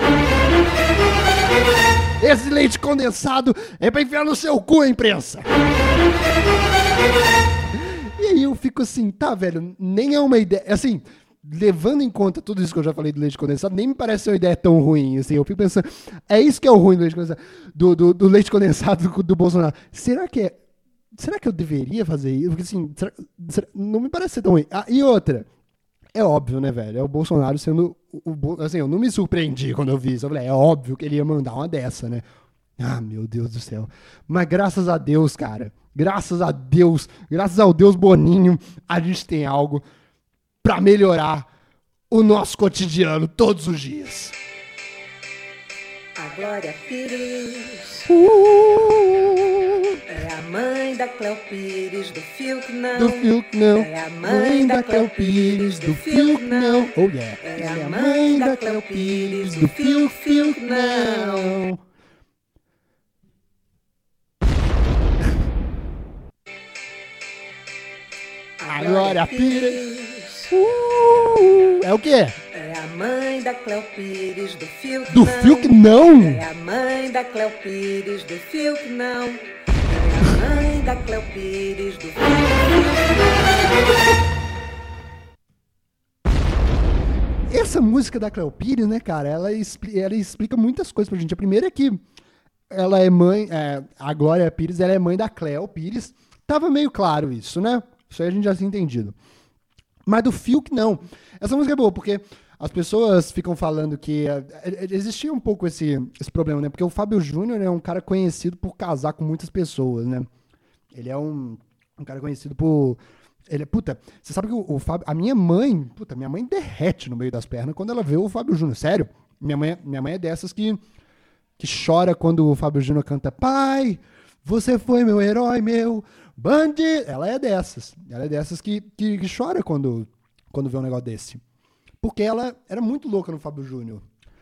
Esse leite condensado é pra enfiar no seu cu, a imprensa. E aí eu fico assim, tá, velho, nem é uma ideia, assim, levando em conta tudo isso que eu já falei do leite condensado, nem me parece uma ideia tão ruim, assim, eu fico pensando, é isso que é o ruim do leite condensado, do leite condensado do Bolsonaro. Será que eu deveria fazer isso? Porque, assim, não me parece ser tão ruim. Ah, e outra, é óbvio, né, velho, é o Bolsonaro sendo, assim, eu não me surpreendi quando eu vi isso, eu falei, é óbvio que ele ia mandar uma dessa, né. Ah, meu Deus do céu. Mas graças a Deus, cara, graças a Deus, graças ao Deus Boninho, a gente tem algo pra melhorar o nosso cotidiano todos os dias. A Glória Pires é a mãe da Cléo Pires, do Fiuk não. Do Fiuk não. É a mãe da Cléo Pires, do Fiuk não. Oh yeah. É a mãe da Cléo Pires, do Fiuk não. A Glória Pires. É o quê? É a mãe da Cléo Pires, do Fiuk Do não. Fiuk não? É a mãe da Cléo Pires, do Fiuk não. É a mãe da Cléo Pires, do Fiuk não. Essa música da Cléo Pires, né, cara, ela explica muitas coisas pra gente. A primeira é que ela é mãe, a Glória Pires, ela é mãe da Cléo Pires. Tava meio claro isso, né? Isso aí a gente já tinha entendido. Mas do Fiuk, não. Essa música é boa, porque as pessoas ficam falando que existia um pouco esse problema, né? Porque o Fábio Júnior é um cara conhecido por casar com muitas pessoas, né? Ele é um cara conhecido por... Puta, você sabe que o Fábio... minha mãe derrete no meio das pernas quando ela vê o Fábio Júnior. Sério. Minha mãe é dessas que chora quando o Fábio Júnior canta Pai, você foi meu herói, meu bandido. Ela é dessas. Ela é dessas que chora quando vê um negócio desse. Porque ela era muito louca no Fábio Júnior.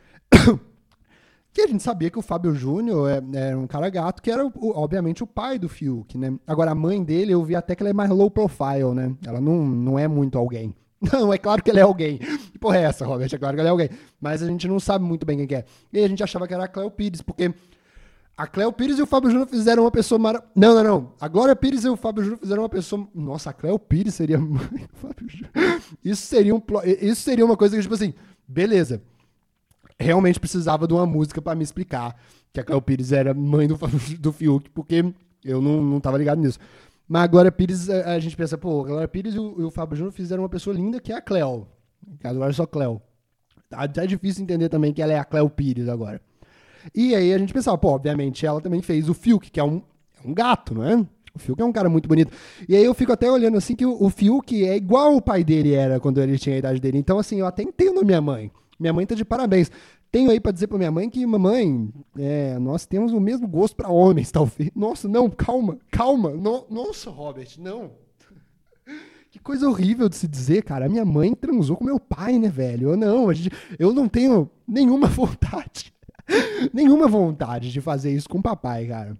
Que a gente sabia que o Fábio Júnior era um cara gato, que era, obviamente, o pai do Fiuk, né? Agora, a mãe dele, eu vi até que ela é mais low profile, né? Ela não é muito alguém. Não, é claro que ela é alguém. Que porra é essa, Robert? É claro que ela é alguém. Mas a gente não sabe muito bem quem que é. E aí a gente achava que era a Cléo Pires, porque a Cléo Pires e o Fábio Júnior fizeram uma pessoa maravilhosa. Não. A Glória Pires e o Fábio Júnior fizeram uma pessoa... Nossa, a Cléo Pires seria mãe do Fábio Júnior. Isso seria uma coisa que, tipo assim, beleza. Realmente precisava de uma música pra me explicar que a Cléo Pires era mãe do Fiuk, porque eu não tava ligado nisso. Mas a Glória Pires, a gente pensa, pô, a Glória Pires e o Fábio Júnior fizeram uma pessoa linda que é a Cléo. Agora é só Cléo. Tá difícil entender também que ela é a Cléo Pires agora. E aí a gente pensava, pô, obviamente ela também fez o Fiuk, que é um gato, não é? O Fiuk é um cara muito bonito. E aí eu fico até olhando assim que o Fiuk é igual o pai dele era quando ele tinha a idade dele. Então assim, eu até entendo a minha mãe. Minha mãe tá de parabéns. Tenho aí pra dizer pra minha mãe que, mamãe, nós temos o mesmo gosto pra homens, talvez. Nossa, não, calma. Nossa, Robert, não. Que coisa horrível de se dizer, cara. A minha mãe transou com meu pai, né, velho? Eu não tenho nenhuma vontade. Nenhuma vontade de fazer isso com o papai, cara.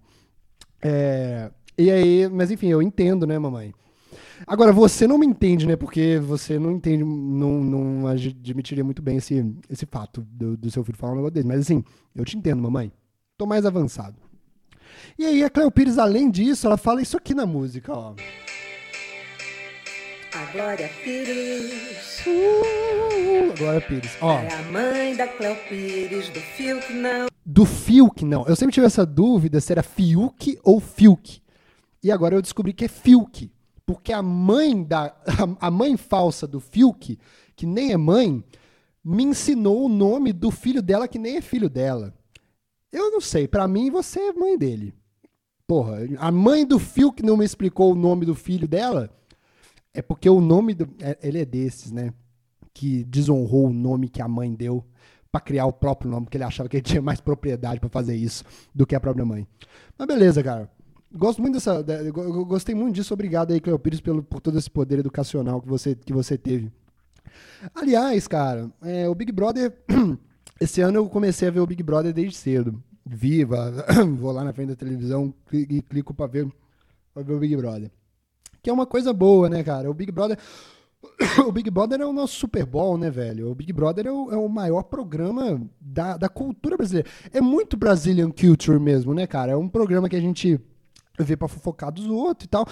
E aí, mas enfim, eu entendo, né, mamãe? Agora, você não me entende, né? Porque você não entende, não admitiria muito bem esse fato do seu filho falar um negócio dele. Mas assim, eu te entendo, mamãe. Tô mais avançado. E aí, a Cléo Pires, além disso, ela fala isso aqui na música, ó. A Glória Pires. A Glória Pires, ó. É a mãe da Cléo Pires, do Fiuk não. Do Fiuk, não. Eu sempre tive essa dúvida se era Fiuk ou Fiuk. E agora eu descobri que é Fiuk. Porque a mãe falsa do Fiuk, que nem é mãe, me ensinou o nome do filho dela que nem é filho dela. Eu não sei, pra mim você é mãe dele. Porra, a mãe do Fiuk não me explicou o nome do filho dela? É porque o nome ele é desses, né? Que desonrou o nome que a mãe deu pra criar o próprio nome, porque ele achava que ele tinha mais propriedade pra fazer isso do que a própria mãe. Mas beleza, cara. Gosto muito eu gostei muito disso. Obrigado aí, Cléo Pires, por todo esse poder educacional que você teve. Aliás, cara, o Big Brother... Esse ano eu comecei a ver o Big Brother desde cedo. Vou lá na frente da televisão e clico pra ver o Big Brother. Que é uma coisa boa, né, cara? O Big Brother é o nosso Super Bowl, né, velho? O Big Brother é o maior programa da cultura brasileira. É muito Brazilian Culture mesmo, né, cara? É um programa que a gente vê pra fofocar dos outros e tal.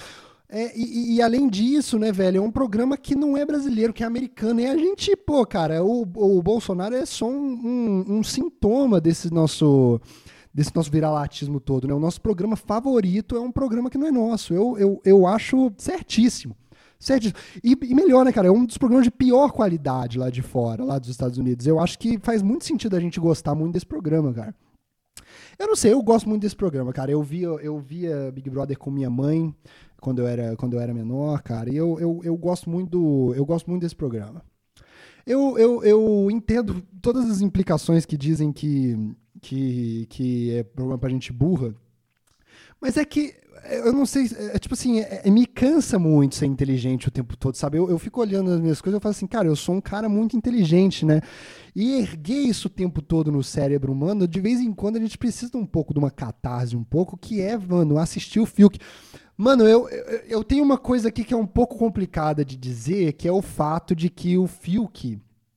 E além disso, né, velho, é um programa que não é brasileiro, que é americano. E a gente, pô, cara, o Bolsonaro é só um sintoma desse nosso viralatismo todo, né? O nosso programa favorito é um programa que não é nosso. Eu acho certíssimo. Certíssimo. E melhor, né, cara? É um dos programas de pior qualidade lá de fora, lá dos Estados Unidos. Eu acho que faz muito sentido a gente gostar muito desse programa, cara. Eu não sei, eu gosto muito desse programa, cara. Eu via Big Brother com minha mãe quando eu era menor, cara. E eu gosto muito desse programa. Eu entendo todas as implicações que dizem que é problema pra gente burra, mas é que eu não sei, tipo assim, me cansa muito ser inteligente o tempo todo, sabe? Eu fico olhando as minhas coisas e eu falo assim, cara, eu sou um cara muito inteligente, né? E erguer isso o tempo todo no cérebro humano, de vez em quando a gente precisa um pouco de uma catarse, um pouco, que é, mano, assistir o Fiuk. Mano, eu tenho uma coisa aqui que é um pouco complicada de dizer, que é o fato de que o Fiuk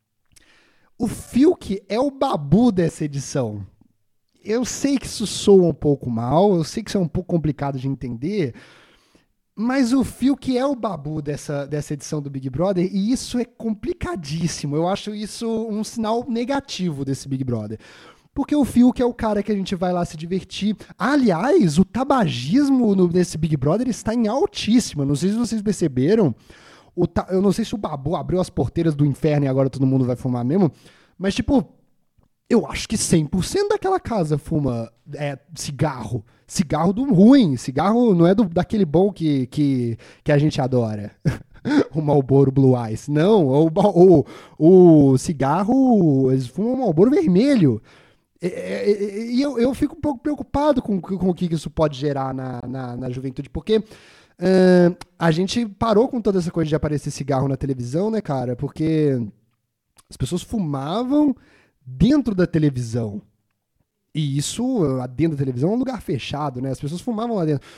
é o Babu dessa edição. Eu sei que isso soa um pouco mal, eu sei que isso é um pouco complicado de entender, mas o Fiuk é o Babu dessa edição do Big Brother e isso é complicadíssimo. Eu acho isso um sinal negativo desse Big Brother. Porque o Fiuk é o cara que a gente vai lá se divertir. Aliás, o tabagismo nesse Big Brother está em altíssima. Não sei se vocês perceberam. Eu não sei se o Babu abriu as porteiras do inferno e agora todo mundo vai fumar mesmo. Mas, tipo, eu acho que 100% daquela casa fuma cigarro. Cigarro do ruim. Cigarro não é daquele bom que a gente adora. O Marlboro Blue Ice. Não, o cigarro, eles fumam o Marlboro vermelho. E eu fico um pouco preocupado com o que isso pode gerar na juventude, porque a gente parou com toda essa coisa de aparecer cigarro na televisão, né, cara? Porque as pessoas fumavam dentro da televisão. E isso, dentro da televisão, é um lugar fechado, né? As pessoas fumavam lá dentro.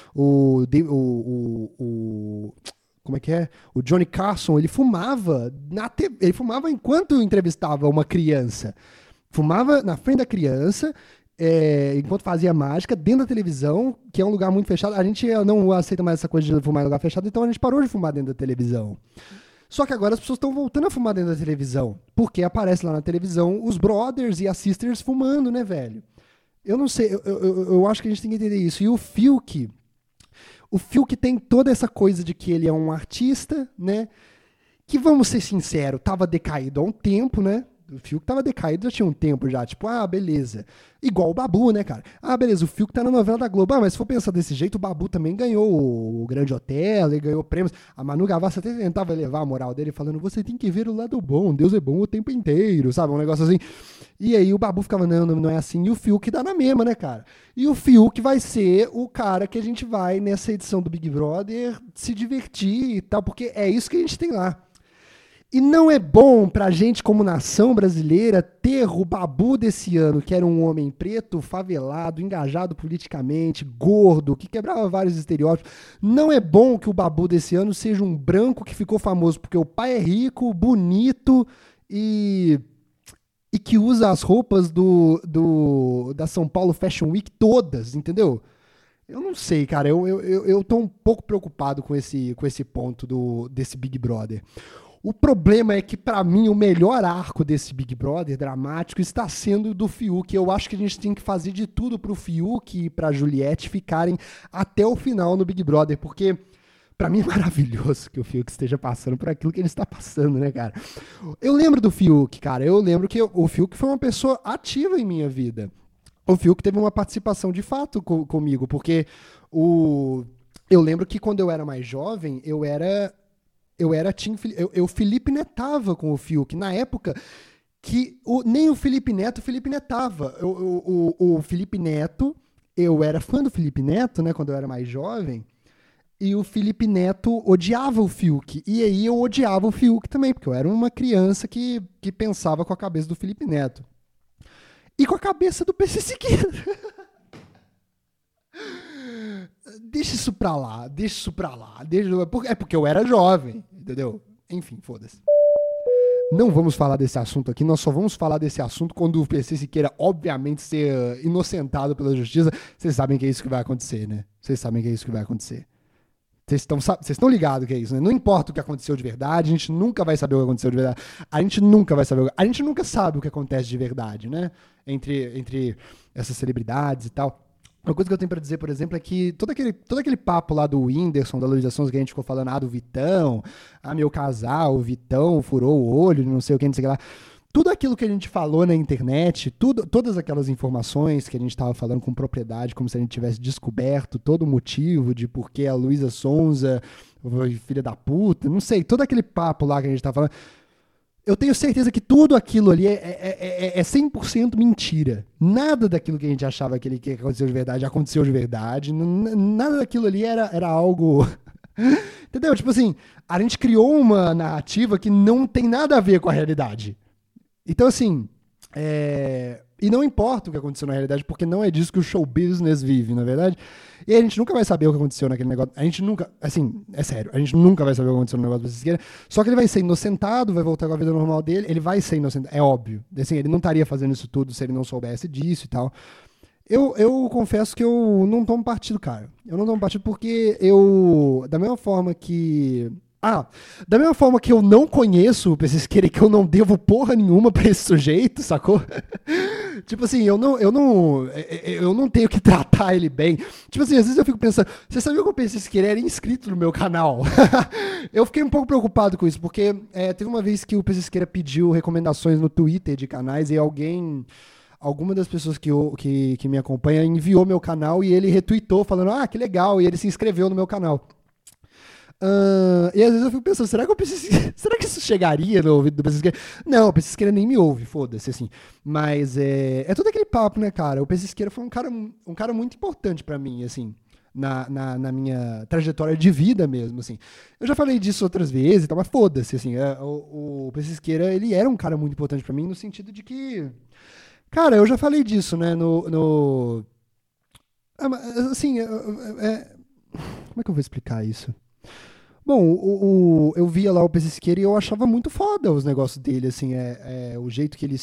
Como é que é? O Johnny Carson, ele fumava ele fumava enquanto entrevistava uma criança. Fumava na frente da criança, enquanto fazia mágica, dentro da televisão, que é um lugar muito fechado. A gente não aceita mais essa coisa de fumar em lugar fechado, então a gente parou de fumar dentro da televisão. Só que agora as pessoas estão voltando a fumar dentro da televisão, porque aparece lá na televisão os brothers e as sisters fumando, né, velho? Eu não sei, eu acho que a gente tem que entender isso. E o Fiuk tem toda essa coisa de que ele é um artista, né? Que, vamos ser sinceros, tava decaído há um tempo, né? O Fiuk tava decaído já tinha um tempo já, tipo, beleza. Igual o Babu, né, cara? Beleza, o Fiuk tá na novela da Globo. Mas se for pensar desse jeito, o Babu também ganhou o Grande Hotel, ele ganhou prêmios. A Manu Gavassi até tentava elevar a moral dele, falando, você tem que ver o lado bom, Deus é bom o tempo inteiro, sabe? Um negócio assim. E aí o Babu ficava, não é assim. E o Fiuk dá na mesma, né, cara? E o Fiuk vai ser o cara que a gente vai, nessa edição do Big Brother, se divertir e tal, porque é isso que a gente tem lá. E não é bom pra gente, como nação brasileira, ter o Babu desse ano, que era um homem preto, favelado, engajado politicamente, gordo, que quebrava vários estereótipos. Não é bom que o Babu desse ano seja um branco que ficou famoso porque o pai é rico, bonito e que usa as roupas da São Paulo Fashion Week todas, entendeu? Eu não sei, cara. Eu tô um pouco preocupado com esse ponto desse Big Brother. O problema é que, pra mim, o melhor arco desse Big Brother dramático está sendo do Fiuk. Eu acho que a gente tem que fazer de tudo pro Fiuk e pra Juliette ficarem até o final no Big Brother, porque pra mim é maravilhoso que o Fiuk esteja passando por aquilo que ele está passando, né, cara? Eu lembro do Fiuk, cara. Eu lembro que o Fiuk foi uma pessoa ativa em minha vida. O Fiuk teve uma participação de fato comigo, porque eu lembro que quando eu era mais jovem, eu Felipe Netava com o Fiuk. Na época que nem o Felipe Neto netava. O Felipe Neto, eu era fã do Felipe Neto, né, quando eu era mais jovem, e o Felipe Neto odiava o Fiuk. E aí eu odiava o Fiuk também, porque eu era uma criança que pensava com a cabeça do Felipe Neto. E com a cabeça do PC Siqueira. Deixa isso pra lá. É porque eu era jovem, entendeu? Enfim, foda-se. Não vamos falar desse assunto aqui, nós só vamos falar desse assunto quando o PC Siqueira, obviamente, ser inocentado pela justiça. Vocês sabem que é isso que vai acontecer, né? Vocês sabem que é isso que vai acontecer. Vocês estão ligados que é isso, né? Não importa o que aconteceu de verdade, a gente nunca vai saber o que aconteceu de verdade. A gente nunca vai saber. A gente nunca sabe o que acontece de verdade, né? Entre essas celebridades e tal. Uma coisa que eu tenho pra dizer, por exemplo, é que todo aquele papo lá do Whindersson, da Luísa Sonza, que a gente ficou falando, do Vitão, meu casal, o Vitão furou o olho, não sei o que, não sei o que lá. Tudo aquilo que a gente falou na internet, todas aquelas informações que a gente estava falando com propriedade, como se a gente tivesse descoberto todo o motivo de por que a Luísa Sonza foi filha da puta, não sei, todo aquele papo lá que a gente estava falando, eu tenho certeza que tudo aquilo ali é 100% mentira. Nada daquilo que a gente achava que aconteceu de verdade. Nada daquilo ali era algo... Entendeu? Tipo assim, a gente criou uma narrativa que não tem nada a ver com a realidade. Então, assim, e não importa o que aconteceu na realidade, porque não é disso que o show business vive, na verdade. E a gente nunca vai saber o que aconteceu naquele negócio. A gente nunca, assim, é sério, a gente nunca vai saber o que aconteceu no negócio do Siqueira. Só que ele vai ser inocentado, vai voltar com a vida normal dele, ele vai ser inocentado, é óbvio. Assim, ele não estaria fazendo isso tudo se ele não soubesse disso e tal. Eu confesso que eu não tomo partido, cara. Eu não tomo partido porque da mesma forma que eu não conheço o PC Siqueira e que eu não devo porra nenhuma pra esse sujeito, sacou? Tipo assim, eu não tenho que tratar ele bem. Tipo assim, às vezes eu fico pensando, você sabia que o PC Siqueira era inscrito no meu canal? Eu fiquei um pouco preocupado com isso, porque teve uma vez que o PC Siqueira pediu recomendações no Twitter de canais e alguma das pessoas que me acompanha enviou meu canal e ele retweetou falando, que legal, e ele se inscreveu no meu canal. E às vezes eu fico pensando, será que isso chegaria no ouvido do PC Siqueira? Não, o PC Siqueira nem me ouve, foda-se, assim. Mas é todo aquele papo, né, cara? O PC Siqueira foi um cara muito importante pra mim, assim, na minha trajetória de vida mesmo, assim. Eu já falei disso outras vezes e tal, mas foda-se, assim. O PC Siqueira, ele era um cara muito importante pra mim no sentido de que... Cara, eu já falei disso, né, assim, como é que eu vou explicar isso? Bom, eu via lá o PC Siqueira e eu achava muito foda os negócios dele, assim, o jeito que ele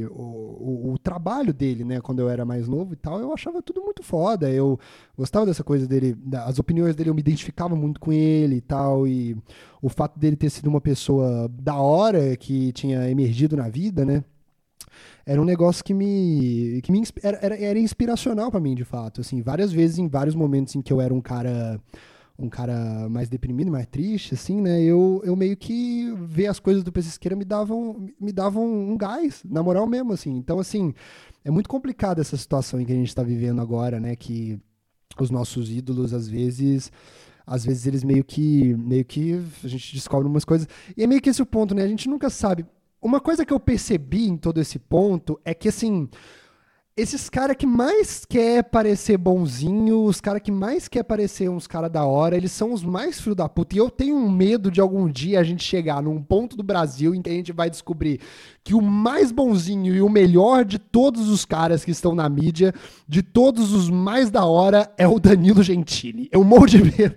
o trabalho dele, né, quando eu era mais novo e tal, eu achava tudo muito foda, eu gostava dessa coisa dele, as opiniões dele, eu me identificava muito com ele e tal, e o fato dele ter sido uma pessoa da hora, que tinha emergido na vida, né, era um negócio que era inspiracional pra mim, de fato, assim, várias vezes, em vários momentos em que eu era um cara mais deprimido, mais triste, assim, né, eu meio que ver as coisas do PC Siqueira me davam um gás, na moral mesmo, assim, então, assim, é muito complicado essa situação em que a gente tá vivendo agora, né, que os nossos ídolos, às vezes eles meio que a gente descobre umas coisas, e é meio que esse o ponto, né, a gente nunca sabe. Uma coisa que eu percebi em todo esse ponto é que, assim, esses caras que mais quer parecer bonzinho, os caras que mais quer parecer uns caras da hora, eles são os mais filho da puta. E eu tenho um medo de algum dia a gente chegar num ponto do Brasil em que a gente vai descobrir que o mais bonzinho e o melhor de todos os caras que estão na mídia, de todos os mais da hora, é o Danilo Gentili. Eu morro de medo.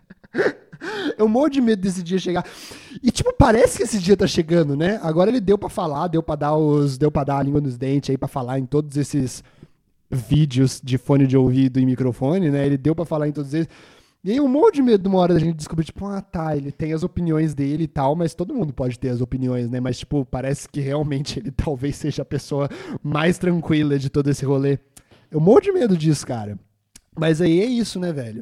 Eu morro de medo desse dia chegar. E, tipo, parece que esse dia tá chegando, né? Agora ele deu pra falar, deu pra dar a língua nos dentes aí pra falar em todos esses vídeos de fone de ouvido e microfone, né? Ele deu pra falar em todos eles. E aí eu morro de medo de uma hora da gente descobrir, tipo, ele tem as opiniões dele e tal, mas todo mundo pode ter as opiniões, né? Mas, tipo, parece que realmente ele talvez seja a pessoa mais tranquila de todo esse rolê. Eu morro de medo disso, cara. Mas aí é isso, né, velho?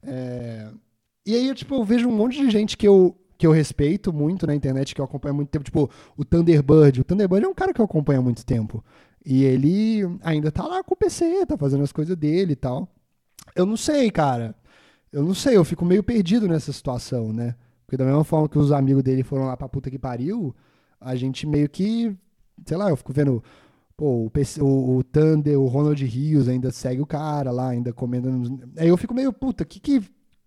E aí, tipo, eu vejo um monte de gente que eu respeito muito na internet, que eu acompanho há muito tempo, tipo, o Thunderbird. O Thunderbird é um cara que eu acompanho há muito tempo. E ele ainda tá lá com o PC, tá fazendo as coisas dele e tal. Eu não sei, cara. Eu não sei, eu fico meio perdido nessa situação, né? Porque da mesma forma que os amigos dele foram lá pra puta que pariu, a gente meio que, sei lá, eu fico vendo... Pô, o Thunder, o Ronald Rios ainda segue o cara lá, ainda comendo... Aí eu fico meio, puta, que...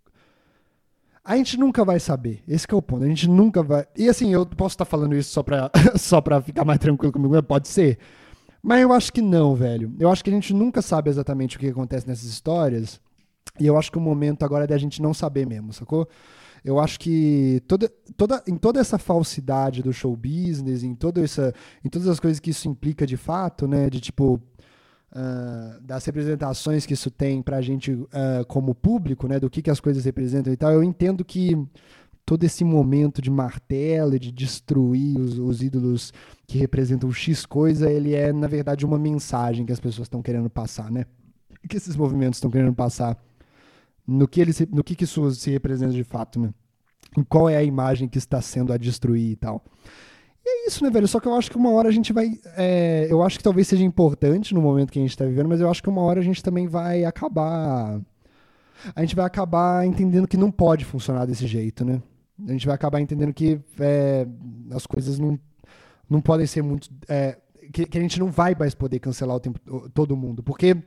A gente nunca vai saber. Esse que é o ponto. A gente nunca vai... E assim, eu posso estar falando isso só pra ficar mais tranquilo comigo, pode ser. Mas eu acho que não, velho. Eu acho que a gente nunca sabe exatamente o que acontece nessas histórias. E eu acho que o momento agora é da gente não saber mesmo, sacou? Eu acho que em toda essa falsidade do show business, em todas as coisas que isso implica de fato, né? De tipo... das representações que isso tem pra gente como público, né, do que as coisas representam e tal, eu entendo que todo esse momento de martelo e de destruir os ídolos que representam X coisa, ele é, na verdade, uma mensagem que as pessoas estão querendo passar, né? Que esses movimentos estão querendo passar, no que isso se representa de fato, né? E qual é a imagem que está sendo a destruir e tal. E é isso, né, velho? Só que eu acho que uma hora a gente vai... eu acho que talvez seja importante no momento que a gente está vivendo, mas eu acho que uma hora a gente também vai acabar... A gente vai acabar entendendo que não pode funcionar desse jeito, né? A gente vai acabar entendendo que as coisas não podem ser muito... que a gente não vai mais poder cancelar todo mundo. Porque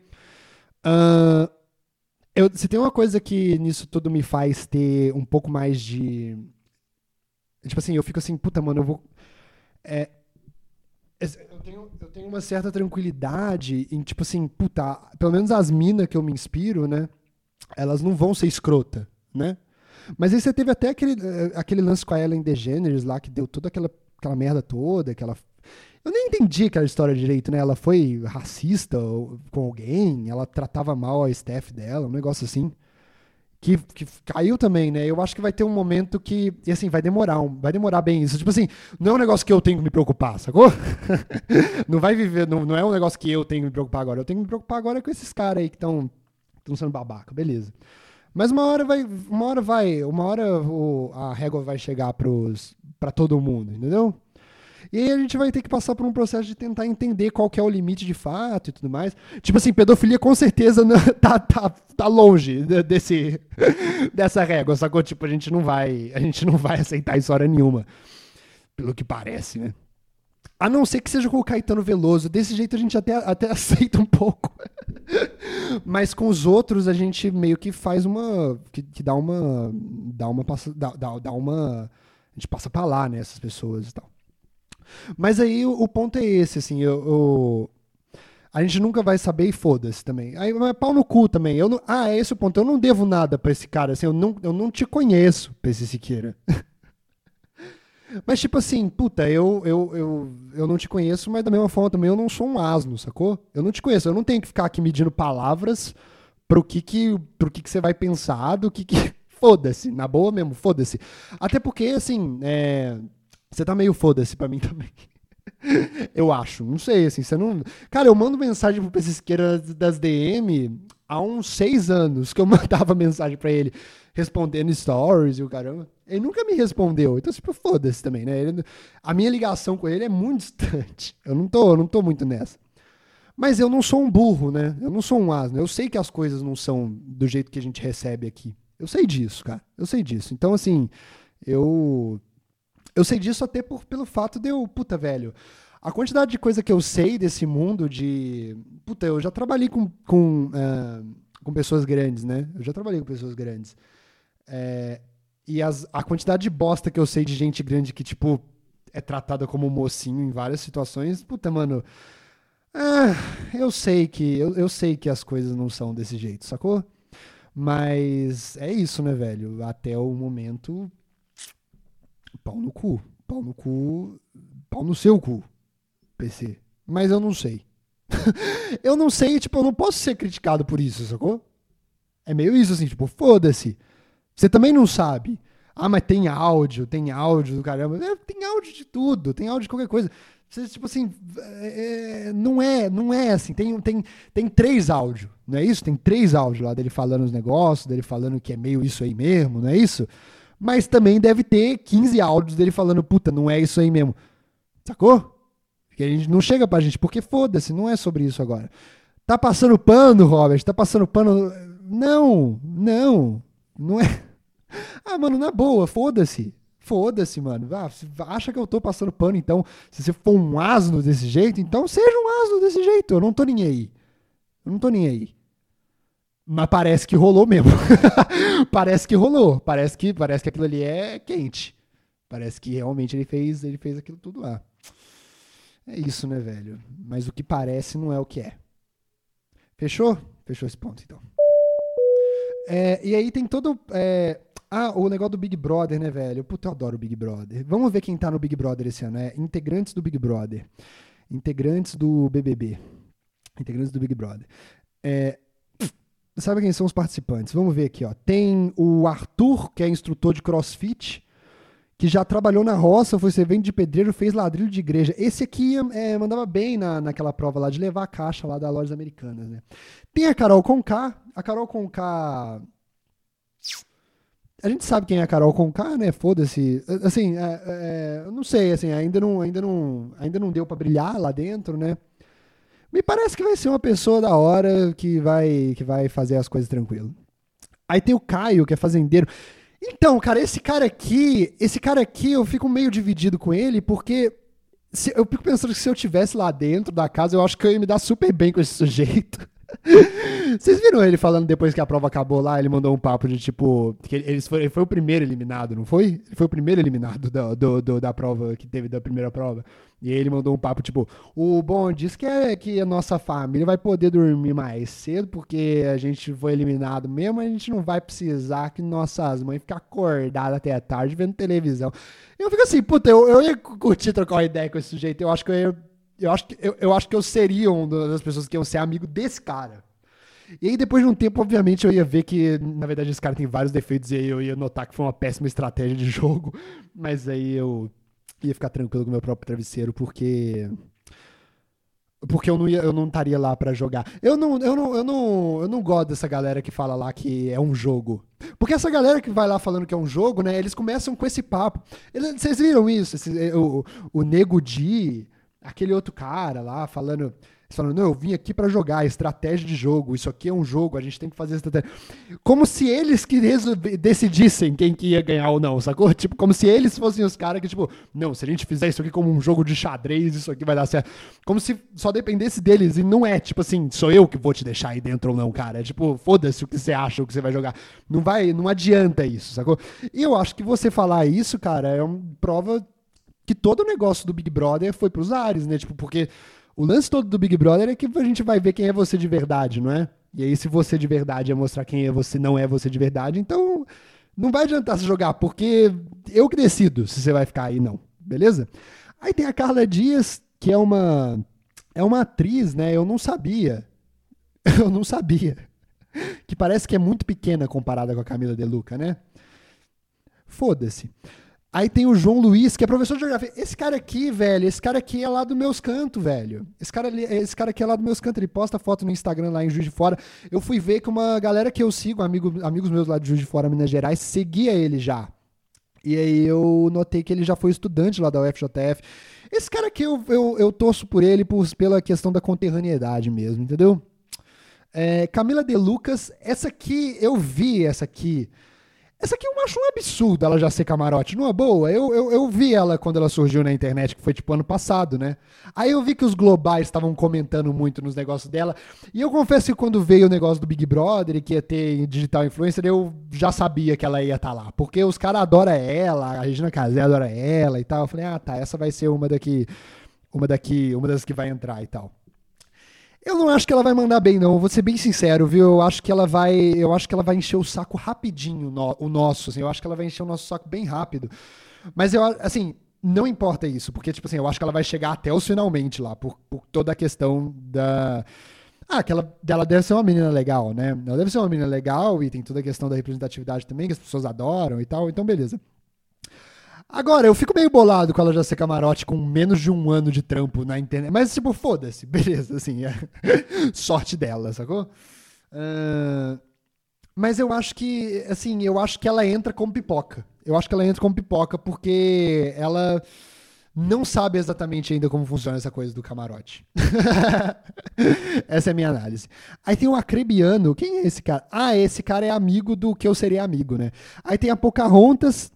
se tem uma coisa que nisso tudo me faz ter um pouco mais de... Tipo assim, eu fico assim, puta, mano, eu vou... eu tenho uma certa tranquilidade em, tipo assim, puta, pelo menos as minas que eu me inspiro, né? Elas não vão ser escrota, né? Mas aí você teve até aquele lance com a Ellen DeGeneres lá, que deu toda aquela merda toda, eu nem entendi aquela história direito, né? Ela foi racista com alguém, ela tratava mal a staff dela, um negócio assim. Que caiu também, né? Eu acho que vai ter um momento que, e assim, vai demorar bem isso. Tipo assim, não é um negócio que eu tenho que me preocupar, sacou? Não vai viver, não é um negócio que eu tenho que me preocupar agora. Eu tenho que me preocupar agora com esses caras aí que estão sendo babaca, beleza. Mas uma hora a régua vai chegar pra todo mundo, entendeu? E aí a gente vai ter que passar por um processo de tentar entender qual que é o limite de fato e tudo mais. Tipo assim, pedofilia com certeza tá longe dessa régua, sacou? Tipo, a gente não vai aceitar isso hora nenhuma, pelo que parece, né? A não ser que seja com o Caetano Veloso. Desse jeito a gente até aceita um pouco. Mas com os outros a gente meio que faz que dá uma a gente passa pra lá, né, essas pessoas e tal. Mas aí o ponto é esse, assim, a gente nunca vai saber e foda-se também. Aí, mas pau no cu também. É esse o ponto. Eu não devo nada pra esse cara, assim, eu não te conheço, PC Siqueira. Mas tipo assim, puta, eu não te conheço, mas da mesma forma também eu não sou um asno, sacou? Eu não te conheço, eu não tenho que ficar aqui medindo palavras pro que você vai pensar, do que... Foda-se, na boa mesmo, foda-se. Até porque, assim, você tá meio foda-se pra mim também. Eu acho, não sei, assim, você não... Cara, eu mando mensagem pro PC Siqueira das DM há uns 6 anos que eu mandava mensagem pra ele, respondendo stories e o caramba. Ele nunca me respondeu, então, tipo, foda-se também, né? A minha ligação com ele é muito distante. Eu não tô muito nessa. Mas eu não sou um burro, né? Eu não sou um asno. Eu sei que as coisas não são do jeito que a gente recebe aqui. Eu sei disso, cara. Eu sei disso. Então, assim, eu sei disso até pelo fato de eu... Puta, velho, a quantidade de coisa que eu sei desse mundo de... Puta, eu já trabalhei com pessoas grandes, né? Eu já trabalhei com pessoas grandes. E a quantidade de bosta que eu sei de gente grande que, tipo, é tratada como mocinho em várias situações, puta, mano... eu sei que as coisas não são desse jeito, sacou? Mas é isso, né, velho? Até o momento, pau no cu, pau no seu cu, PC. Mas eu não sei. Eu não sei, tipo, eu não posso ser criticado por isso, sacou? É meio isso, assim, tipo, foda-se. Você também não sabe. Mas tem áudio do caramba. Tem áudio de tudo, tem áudio de qualquer coisa. Você, tipo assim, não é assim. Tem 3 áudios, não é isso? Tem 3 áudios lá dele falando os negócios, dele falando que é meio isso aí mesmo, não é isso? Mas também deve ter 15 áudios dele falando, puta, não é isso aí mesmo. Sacou? Porque a gente não chega pra gente, porque foda-se, não é sobre isso agora. Tá passando pano, Robert? Tá passando pano? Não é. Mano, na boa, foda-se. Foda-se, mano. Acha que eu tô passando pano, então. Se você for um asno desse jeito, então seja um asno desse jeito. Eu não tô nem aí. Mas parece que rolou mesmo. Parece que rolou. Parece que aquilo ali é quente. Parece que realmente ele fez aquilo tudo lá. É isso, né, velho? Mas o que parece não é o que é. Fechou? Fechou esse ponto, então. E aí tem todo... o negócio do Big Brother, né, velho? Puta, eu adoro o Big Brother. Vamos ver quem tá no Big Brother esse ano, né? Integrantes do Big Brother. Integrantes do BBB. Integrantes do Big Brother. Sabe quem são os participantes? Vamos ver aqui, ó. Tem o Arthur, que é instrutor de CrossFit, que já trabalhou na roça, foi servente de pedreiro, fez ladrilho de igreja. Esse aqui mandava bem naquela prova lá de levar a caixa lá das lojas americanas, né? Tem a Carol Conká. A Carol Conká... A gente sabe quem é a Carol Conká, né? Foda-se. Assim, eu não sei, assim, ainda não deu pra brilhar lá dentro, né? Me parece que vai ser uma pessoa da hora que vai fazer as coisas tranquilo. Aí tem o Caio, que é fazendeiro. Então, cara, esse cara aqui, eu fico meio dividido com ele, porque eu fico pensando que se eu tivesse lá dentro da casa, eu acho que eu ia me dar super bem com esse sujeito. Vocês viram ele falando depois que a prova acabou lá? Ele mandou um papo de tipo. Que ele foi o primeiro eliminado, não foi? Ele foi o primeiro eliminado da prova que teve, da primeira prova. E aí ele mandou um papo tipo: o bom diz que a nossa família vai poder dormir mais cedo porque a gente foi eliminado mesmo. A gente não vai precisar que nossas mães fiquem acordadas até a tarde vendo televisão. Eu fico assim, puta, eu ia curtir trocar uma ideia com esse sujeito. Eu acho que eu acho que eu seria uma das pessoas que iam ser amigo desse cara. E aí, depois de um tempo, obviamente, eu ia ver que, na verdade, esse cara tem vários defeitos e aí eu ia notar que foi uma péssima estratégia de jogo. Mas aí eu ia ficar tranquilo com o meu próprio travesseiro, porque eu não estaria lá pra jogar. Eu não gosto dessa galera que fala lá que é um jogo. Porque essa galera que vai lá falando que é um jogo, né, eles começam com esse papo. Vocês viram isso? O Nego Di... Aquele outro cara lá falando, não, eu vim aqui pra jogar, estratégia de jogo, isso aqui é um jogo, a gente tem que fazer estratégia. Como se eles que decidissem quem que ia ganhar ou não, sacou? Tipo, como se eles fossem os caras que, tipo, não, se a gente fizer isso aqui como um jogo de xadrez, isso aqui vai dar certo. Como se só dependesse deles, e não é, tipo assim, sou eu que vou te deixar aí dentro ou não, cara. É tipo, foda-se o que você acha, o que você vai jogar. Não adianta isso, sacou? E eu acho que você falar isso, cara, é uma prova que todo o negócio do Big Brother foi pros ares, né? Tipo, porque o lance todo do Big Brother é que a gente vai ver quem é você de verdade, não é? E aí, se você de verdade é mostrar quem é você, não é você de verdade, então não vai adiantar se jogar, porque eu que decido se você vai ficar aí, não. Beleza? Aí tem a Carla Dias, que é uma atriz, né? Eu não sabia. Que parece que é muito pequena comparada com a Camila De Luca, né? Foda-se. Aí tem o João Luiz, que é professor de geografia. Esse cara aqui, velho, é lá dos meus cantos, velho. Esse cara aqui é lá dos meus cantos. Ele posta foto no Instagram lá em Juiz de Fora. Eu fui ver que uma galera que eu sigo, amigos meus lá de Juiz de Fora, Minas Gerais, seguia ele já. E aí eu notei que ele já foi estudante lá da UFJF. Esse cara aqui, eu torço por ele pela questão da conterraneidade mesmo, entendeu? Camila De Lucas, eu vi essa aqui. Essa aqui eu acho um absurdo ela já ser camarote, numa boa. Eu vi ela quando ela surgiu na internet, que foi tipo ano passado, né? Aí eu vi que os globais estavam comentando muito nos negócios dela. E eu confesso que quando veio o negócio do Big Brother e que ia ter digital influencer, eu já sabia que ela ia estar lá. Porque os caras adoram ela, a Regina Casé adora ela e tal. Eu falei, tá, essa vai ser uma das que vai entrar e tal. Eu não acho que ela vai mandar bem, não. Vou ser bem sincero, viu? Eu acho que ela vai encher o saco rapidinho, o nosso, assim. Eu acho que ela vai encher o nosso saco bem rápido. Mas assim, não importa isso, porque, tipo assim, eu acho que ela vai chegar até os finalmente lá, por toda a questão da... que ela deve ser uma menina legal, né? Ela deve ser uma menina legal e tem toda a questão da representatividade também, que as pessoas adoram e tal, então beleza. Agora, eu fico meio bolado com ela já ser camarote com menos de um ano de trampo na internet. Mas, tipo, foda-se. Beleza, assim. Sorte dela, sacou? Mas eu acho que, assim, ela entra como pipoca. Eu acho que ela entra como pipoca porque ela não sabe exatamente ainda como funciona essa coisa do camarote. Essa é a minha análise. Aí tem o Acrebiano. Quem é esse cara? Esse cara é amigo do que eu seria amigo, né? Aí tem a Pocahontas...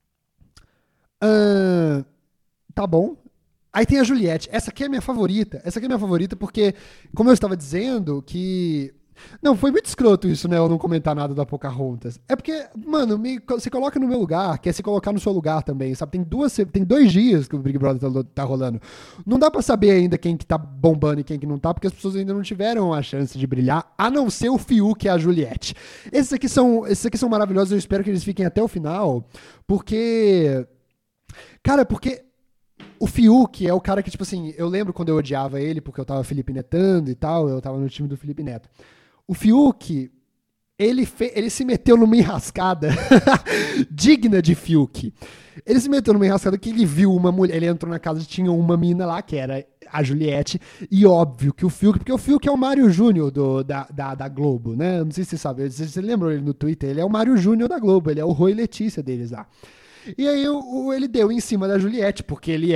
Tá bom. Aí tem a Juliette. Essa aqui é minha favorita. Porque, como eu estava dizendo, que... Não, foi muito escroto isso, né? Eu não comentar nada da Pocahontas. É porque, mano, se coloca no meu lugar, quer se colocar no seu lugar também, sabe? Tem 2 dias que o Big Brother tá rolando. Não dá pra saber ainda quem que tá bombando e quem que não tá, porque as pessoas ainda não tiveram a chance de brilhar, a não ser o Fiuk e a Juliette. Esses aqui são maravilhosos, eu espero que eles fiquem até o final, porque... Cara, porque O Fiuk é o cara que, tipo assim, eu lembro quando eu odiava ele, porque eu tava Felipe Netando e tal, eu tava no time do Felipe Neto. O Fiuk, ele se meteu numa enrascada digna de Fiuk. Ele se meteu numa enrascada que ele viu uma mulher, ele entrou na casa e tinha uma mina lá, que era a Juliette, e óbvio que o Fiuk, porque o Fiuk é o Mário Júnior da Globo, né? Não sei se você sabe, você lembra ele no Twitter, ele é o Mário Júnior da Globo, ele é o Roy Letícia deles lá. E aí ele deu em cima da Juliette, porque ele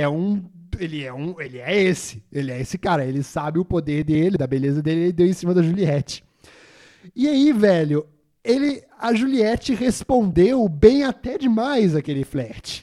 é esse cara, ele sabe o poder dele, da beleza dele, ele deu em cima da Juliette. E aí, velho, a Juliette respondeu bem até demais aquele flerte.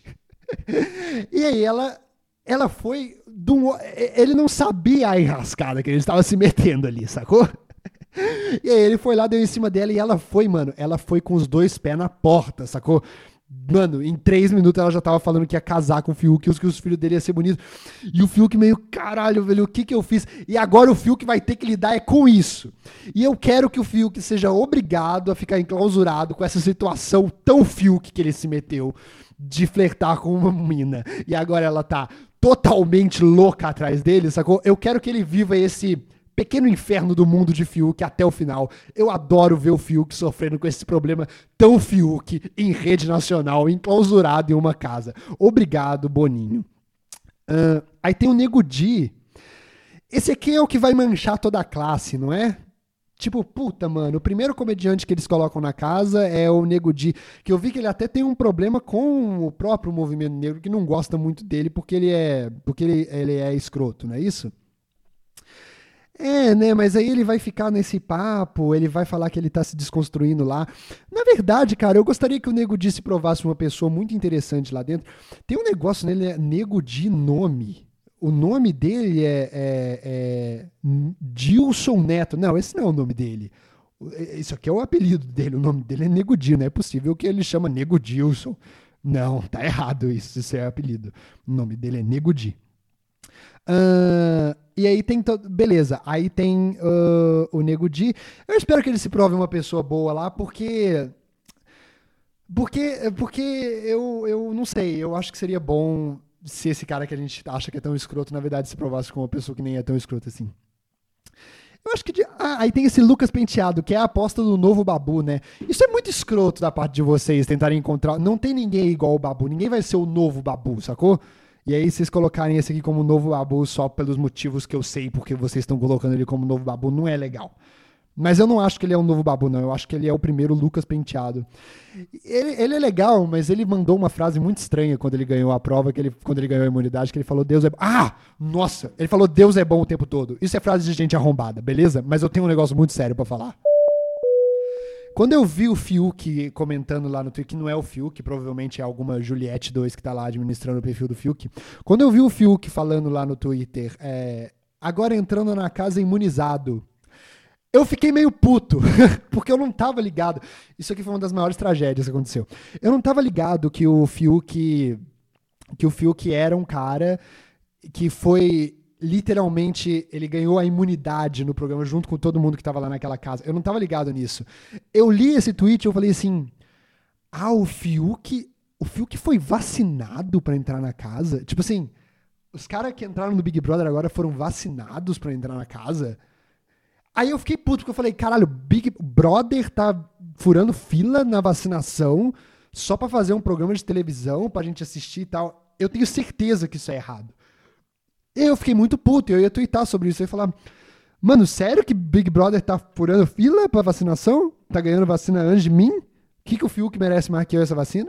E aí ela foi... Ele não sabia a enrascada que ele estava se metendo ali, sacou? E aí ele foi lá, deu em cima dela e ela foi com os 2 pés na porta, sacou? Mano, em 3 minutos ela já tava falando que ia casar com o Fiuk, que os filhos dele iam ser bonitos. E o Fiuk meio, caralho, velho, o que eu fiz? E agora o Fiuk vai ter que lidar com isso. E eu quero que o Fiuk seja obrigado a ficar enclausurado com essa situação tão Fiuk que ele se meteu de flertar com uma mina. E agora ela tá totalmente louca atrás dele, sacou? Eu quero que ele viva esse pequeno inferno do mundo de Fiuk até o final. Eu adoro ver o Fiuk sofrendo com esse problema tão Fiuk em rede nacional, enclausurado em uma casa. Obrigado, Boninho. Aí tem o Nego Di. Esse aqui é o que vai manchar toda a classe, não é? Tipo, puta, mano, o primeiro comediante que eles colocam na casa é o Nego Di, que eu vi que ele até tem um problema com o próprio movimento negro, que não gosta muito dele porque ele é escroto, não é isso? É, né, mas aí ele vai ficar nesse papo, ele vai falar que ele tá se desconstruindo lá. Na verdade, cara, eu gostaria que o Nego Di se provasse uma pessoa muito interessante lá dentro. Tem um negócio nele, é Nego Di nome. O nome dele é Dilson Neto. Não, esse não é o nome dele. Isso aqui é o apelido dele, o nome dele é Nego Di, não é possível que ele chama Nego Dilson. Não, tá errado isso é o apelido. O nome dele é Nego Di. E aí tem... Beleza, aí tem o Nego Di. Eu espero que ele se prove uma pessoa boa lá, porque eu não sei, eu acho que seria bom se esse cara que a gente acha que é tão escroto, na verdade, se provasse com uma pessoa que nem é tão escrota assim. Eu acho que... aí tem esse Lucas Penteado, que é a aposta do novo Babu, né? Isso é muito escroto da parte de vocês, tentarem encontrar... Não tem ninguém igual o Babu, ninguém vai ser o novo Babu, sacou? E aí vocês colocarem esse aqui como novo Babu só pelos motivos que eu sei, porque vocês estão colocando ele como novo Babu, não é legal. Mas eu não acho que ele é um novo Babu, não. Eu acho que ele é o primeiro Lucas Penteado. Ele é legal, mas ele mandou uma frase muito estranha quando ele ganhou a prova, quando ele ganhou a imunidade, que ele falou, Deus é bom. Nossa! Ele falou, Deus é bom o tempo todo. Isso é frase de gente arrombada, beleza? Mas eu tenho um negócio muito sério pra falar. Quando eu vi o Fiuk comentando lá no Twitter, que não é o Fiuk, provavelmente é alguma Juliette 2 que tá lá administrando o perfil do Fiuk. Quando eu vi o Fiuk falando lá no Twitter, agora entrando na casa imunizado, eu fiquei meio puto, porque eu não tava ligado. Isso aqui foi uma das maiores tragédias que aconteceu. Eu não tava ligado que o Fiuk era um cara que foi... Literalmente, ele ganhou a imunidade no programa junto com todo mundo que tava lá naquela casa. Eu não tava ligado nisso. Eu li esse tweet e eu falei assim, o Fiuk foi vacinado pra entrar na casa? Tipo assim, os caras que entraram no Big Brother agora foram vacinados pra entrar na casa? Aí eu fiquei puto, porque eu falei, caralho, Big Brother tá furando fila na vacinação só pra fazer um programa de televisão pra gente assistir e tal. Eu tenho certeza que isso é errado. Eu fiquei muito puto, eu ia twittar sobre isso, eu ia falar, mano, sério que Big Brother tá furando fila pra vacinação? Tá ganhando vacina antes de mim? O que o Fiuk merece mais que eu essa vacina?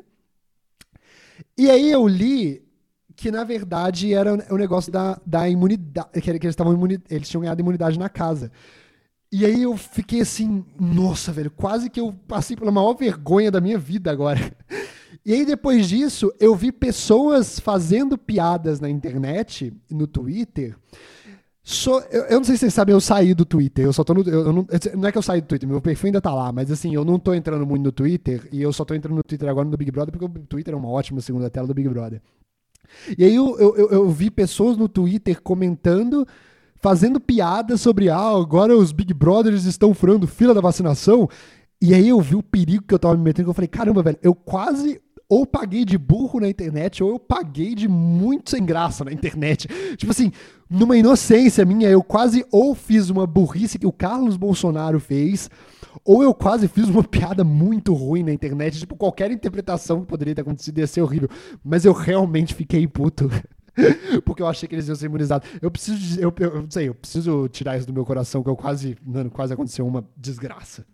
E aí eu li que, na verdade, era o negócio da imunidade, que eles tinham ganhado imunidade na casa. E aí eu fiquei assim, nossa, velho, quase que eu passei pela maior vergonha da minha vida agora. E aí, depois disso, eu vi pessoas fazendo piadas na internet, no Twitter. Eu não sei se vocês sabem, eu saí do Twitter. Eu só tô não é que eu saí do Twitter, meu perfil ainda tá lá, mas assim, eu não tô entrando muito no Twitter, e eu só tô entrando no Twitter agora no Big Brother, porque o Twitter é uma ótima segunda tela do Big Brother. E aí eu vi pessoas no Twitter comentando, fazendo piadas sobre, agora os Big Brothers estão furando fila da vacinação. E aí eu vi o perigo que eu tava me metendo, que eu falei, caramba, velho, eu quase ou paguei de burro na internet, ou eu paguei de muito sem graça na internet. Tipo assim, numa inocência minha, eu quase ou fiz uma burrice que o Carlos Bolsonaro fez, ou eu quase fiz uma piada muito ruim na internet. Tipo, qualquer interpretação que poderia ter acontecido ia ser horrível. Mas eu realmente fiquei puto. Porque eu achei que eles iam ser imunizados. Eu não sei, eu preciso tirar isso do meu coração, que quase aconteceu uma desgraça.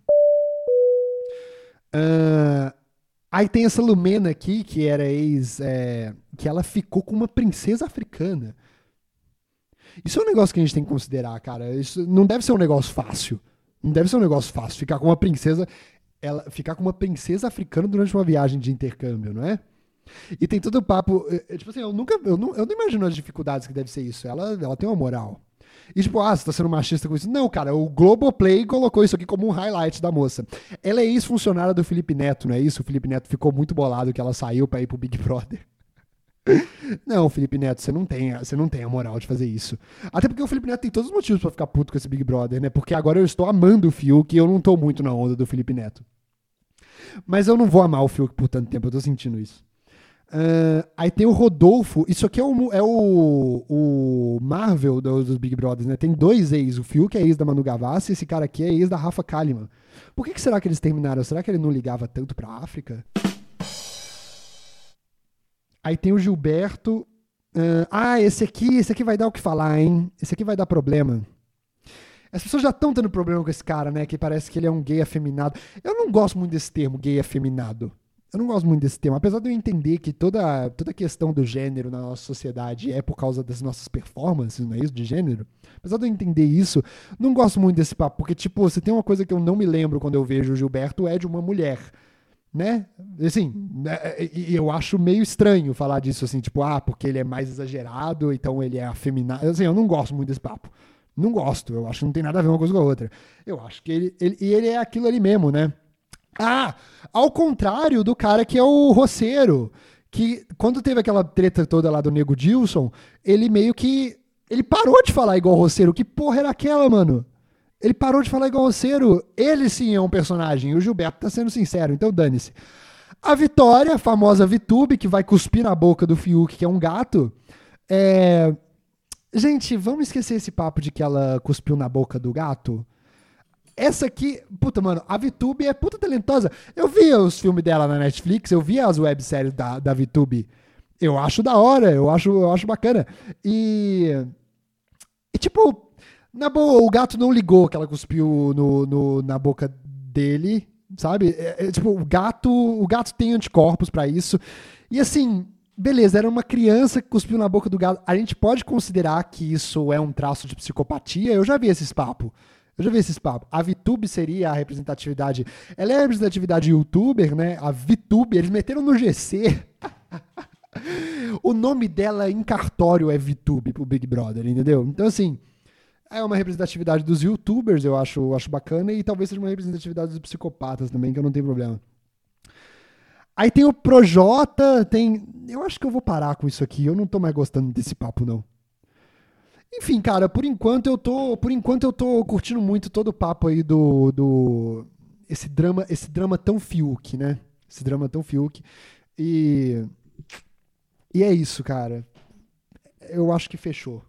Aí tem essa Lumena aqui, que era que ela ficou com uma princesa africana. Isso é um negócio que a gente tem que considerar, cara. Isso não deve ser um negócio fácil. Não deve ser um negócio fácil. Ficar com uma princesa africana durante uma viagem de intercâmbio, não é? E tem todo o papo. Tipo assim, eu não imagino as dificuldades que deve ser isso. Ela tem uma moral. E tipo, você tá sendo machista com isso? Não, cara, o Globoplay colocou isso aqui como um highlight da moça. Ela é ex-funcionária do Felipe Neto, não é isso? O Felipe Neto ficou muito bolado que ela saiu pra ir pro Big Brother. Não, Felipe Neto, você não tem a moral de fazer isso. Até porque o Felipe Neto tem todos os motivos pra ficar puto com esse Big Brother, né? Porque agora eu estou amando o Fiuk e eu não tô muito na onda do Felipe Neto. Mas eu não vou amar o Fiuk por tanto tempo, eu tô sentindo isso. Aí tem o Rodolfo. Isso aqui é o Marvel dos Big Brothers, né? Tem 2 ex. O Fiuk é ex da Manu Gavassi e esse cara aqui é ex da Rafa Kalimann. Por que será que eles terminaram? Será que ele não ligava tanto pra África? Aí tem o Gilberto. Esse aqui vai dar o que falar, hein? Esse aqui vai dar problema. As pessoas já estão tendo problema com esse cara, né? Que parece que ele é um gay afeminado. Eu não gosto muito desse termo, gay afeminado. Eu não gosto muito desse tema, apesar de eu entender que toda a questão do gênero na nossa sociedade é por causa das nossas performances, não é isso, de gênero? Apesar de eu entender isso, não gosto muito desse papo, porque, tipo, se tem uma coisa que eu não me lembro quando eu vejo o Gilberto é de uma mulher, né? Assim, e eu acho meio estranho falar disso, assim, tipo, porque ele é mais exagerado, então ele é afeminado. Assim, eu não gosto muito desse papo. Não gosto, eu acho que não tem nada a ver uma coisa com a outra. Eu acho que ele é aquilo ali mesmo, né? Ao contrário do cara que é o roceiro, que quando teve aquela treta toda lá do Nego Dilson, ele meio que... Ele parou de falar igual roceiro. Que porra era aquela, mano? Ele parou de falar igual roceiro. Ele sim é um personagem. E o Gilberto tá sendo sincero, então dane-se. A Vitória, a famosa Vitube, que vai cuspir na boca do Fiuk, que é um gato. Gente, vamos esquecer esse papo de que ela cuspiu na boca do gato? Essa aqui, puta, mano, a Vitube é puta talentosa. Eu vi os filmes dela na Netflix, eu vi as webséries da Vitube. Eu acho da hora, eu acho bacana. E tipo, na boa, o gato não ligou que ela cuspiu na boca dele, sabe? Tipo, o gato tem anticorpos pra isso. E assim, beleza, era uma criança que cuspiu na boca do gato. A gente pode considerar que isso é um traço de psicopatia? Eu já vi esses papos. A Vitube seria a representatividade. Ela é a representatividade youtuber, né? A Vitube, eles meteram no GC. O nome dela em cartório é Vitube pro Big Brother, entendeu? Então, assim, é uma representatividade dos youtubers, eu acho bacana, e talvez seja uma representatividade dos psicopatas também, que eu não tenho problema. Aí tem o Projota, eu acho que eu vou parar com isso aqui, eu não tô mais gostando desse papo, não. Enfim, cara, por enquanto eu tô curtindo muito todo o papo aí esse drama tão Fiuk, né? Esse drama tão Fiuk. E é isso, cara. Eu acho que fechou.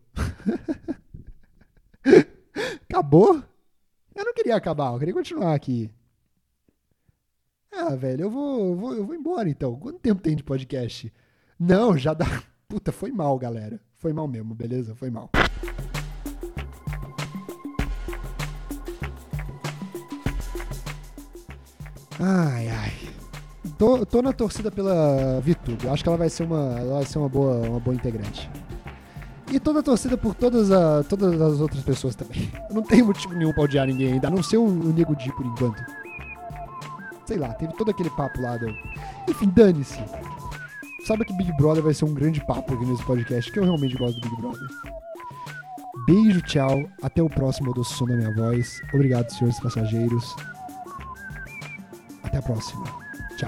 Acabou? Eu não queria acabar, eu queria continuar aqui. Velho, eu vou embora então. Quanto tempo tem de podcast? Não, já dá. Puta, foi mal, galera. Foi mal mesmo, beleza? Foi mal. Ai. Tô na torcida pela Vitube. Acho que ela vai ser uma boa integrante. E toda a torcida por todas as outras pessoas também. Eu não tenho motivo nenhum pra odiar ninguém ainda, a não ser o Nego Di por enquanto. Sei lá, teve todo aquele papo lá. Enfim, dane-se. Sabe que Big Brother vai ser um grande papo aqui nesse podcast, que eu realmente gosto do Big Brother. Beijo, tchau. Até o próximo do Som da Minha Voz. Obrigado, senhores passageiros. Até a próxima. Tchau.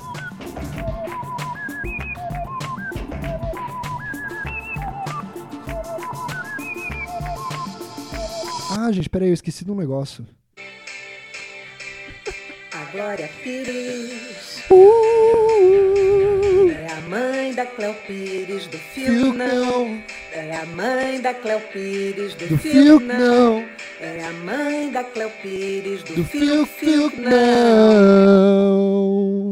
Gente, peraí, eu esqueci de um negócio. A Glória Pires. Cleo Pires, do Fiuk Fiuk não. não. É a mãe da Cleo Pires, do Do Fiuk Fiuk não. não. É a mãe da Cleo Pires, Do do Fiuk, Fiuk Fiuk não. não.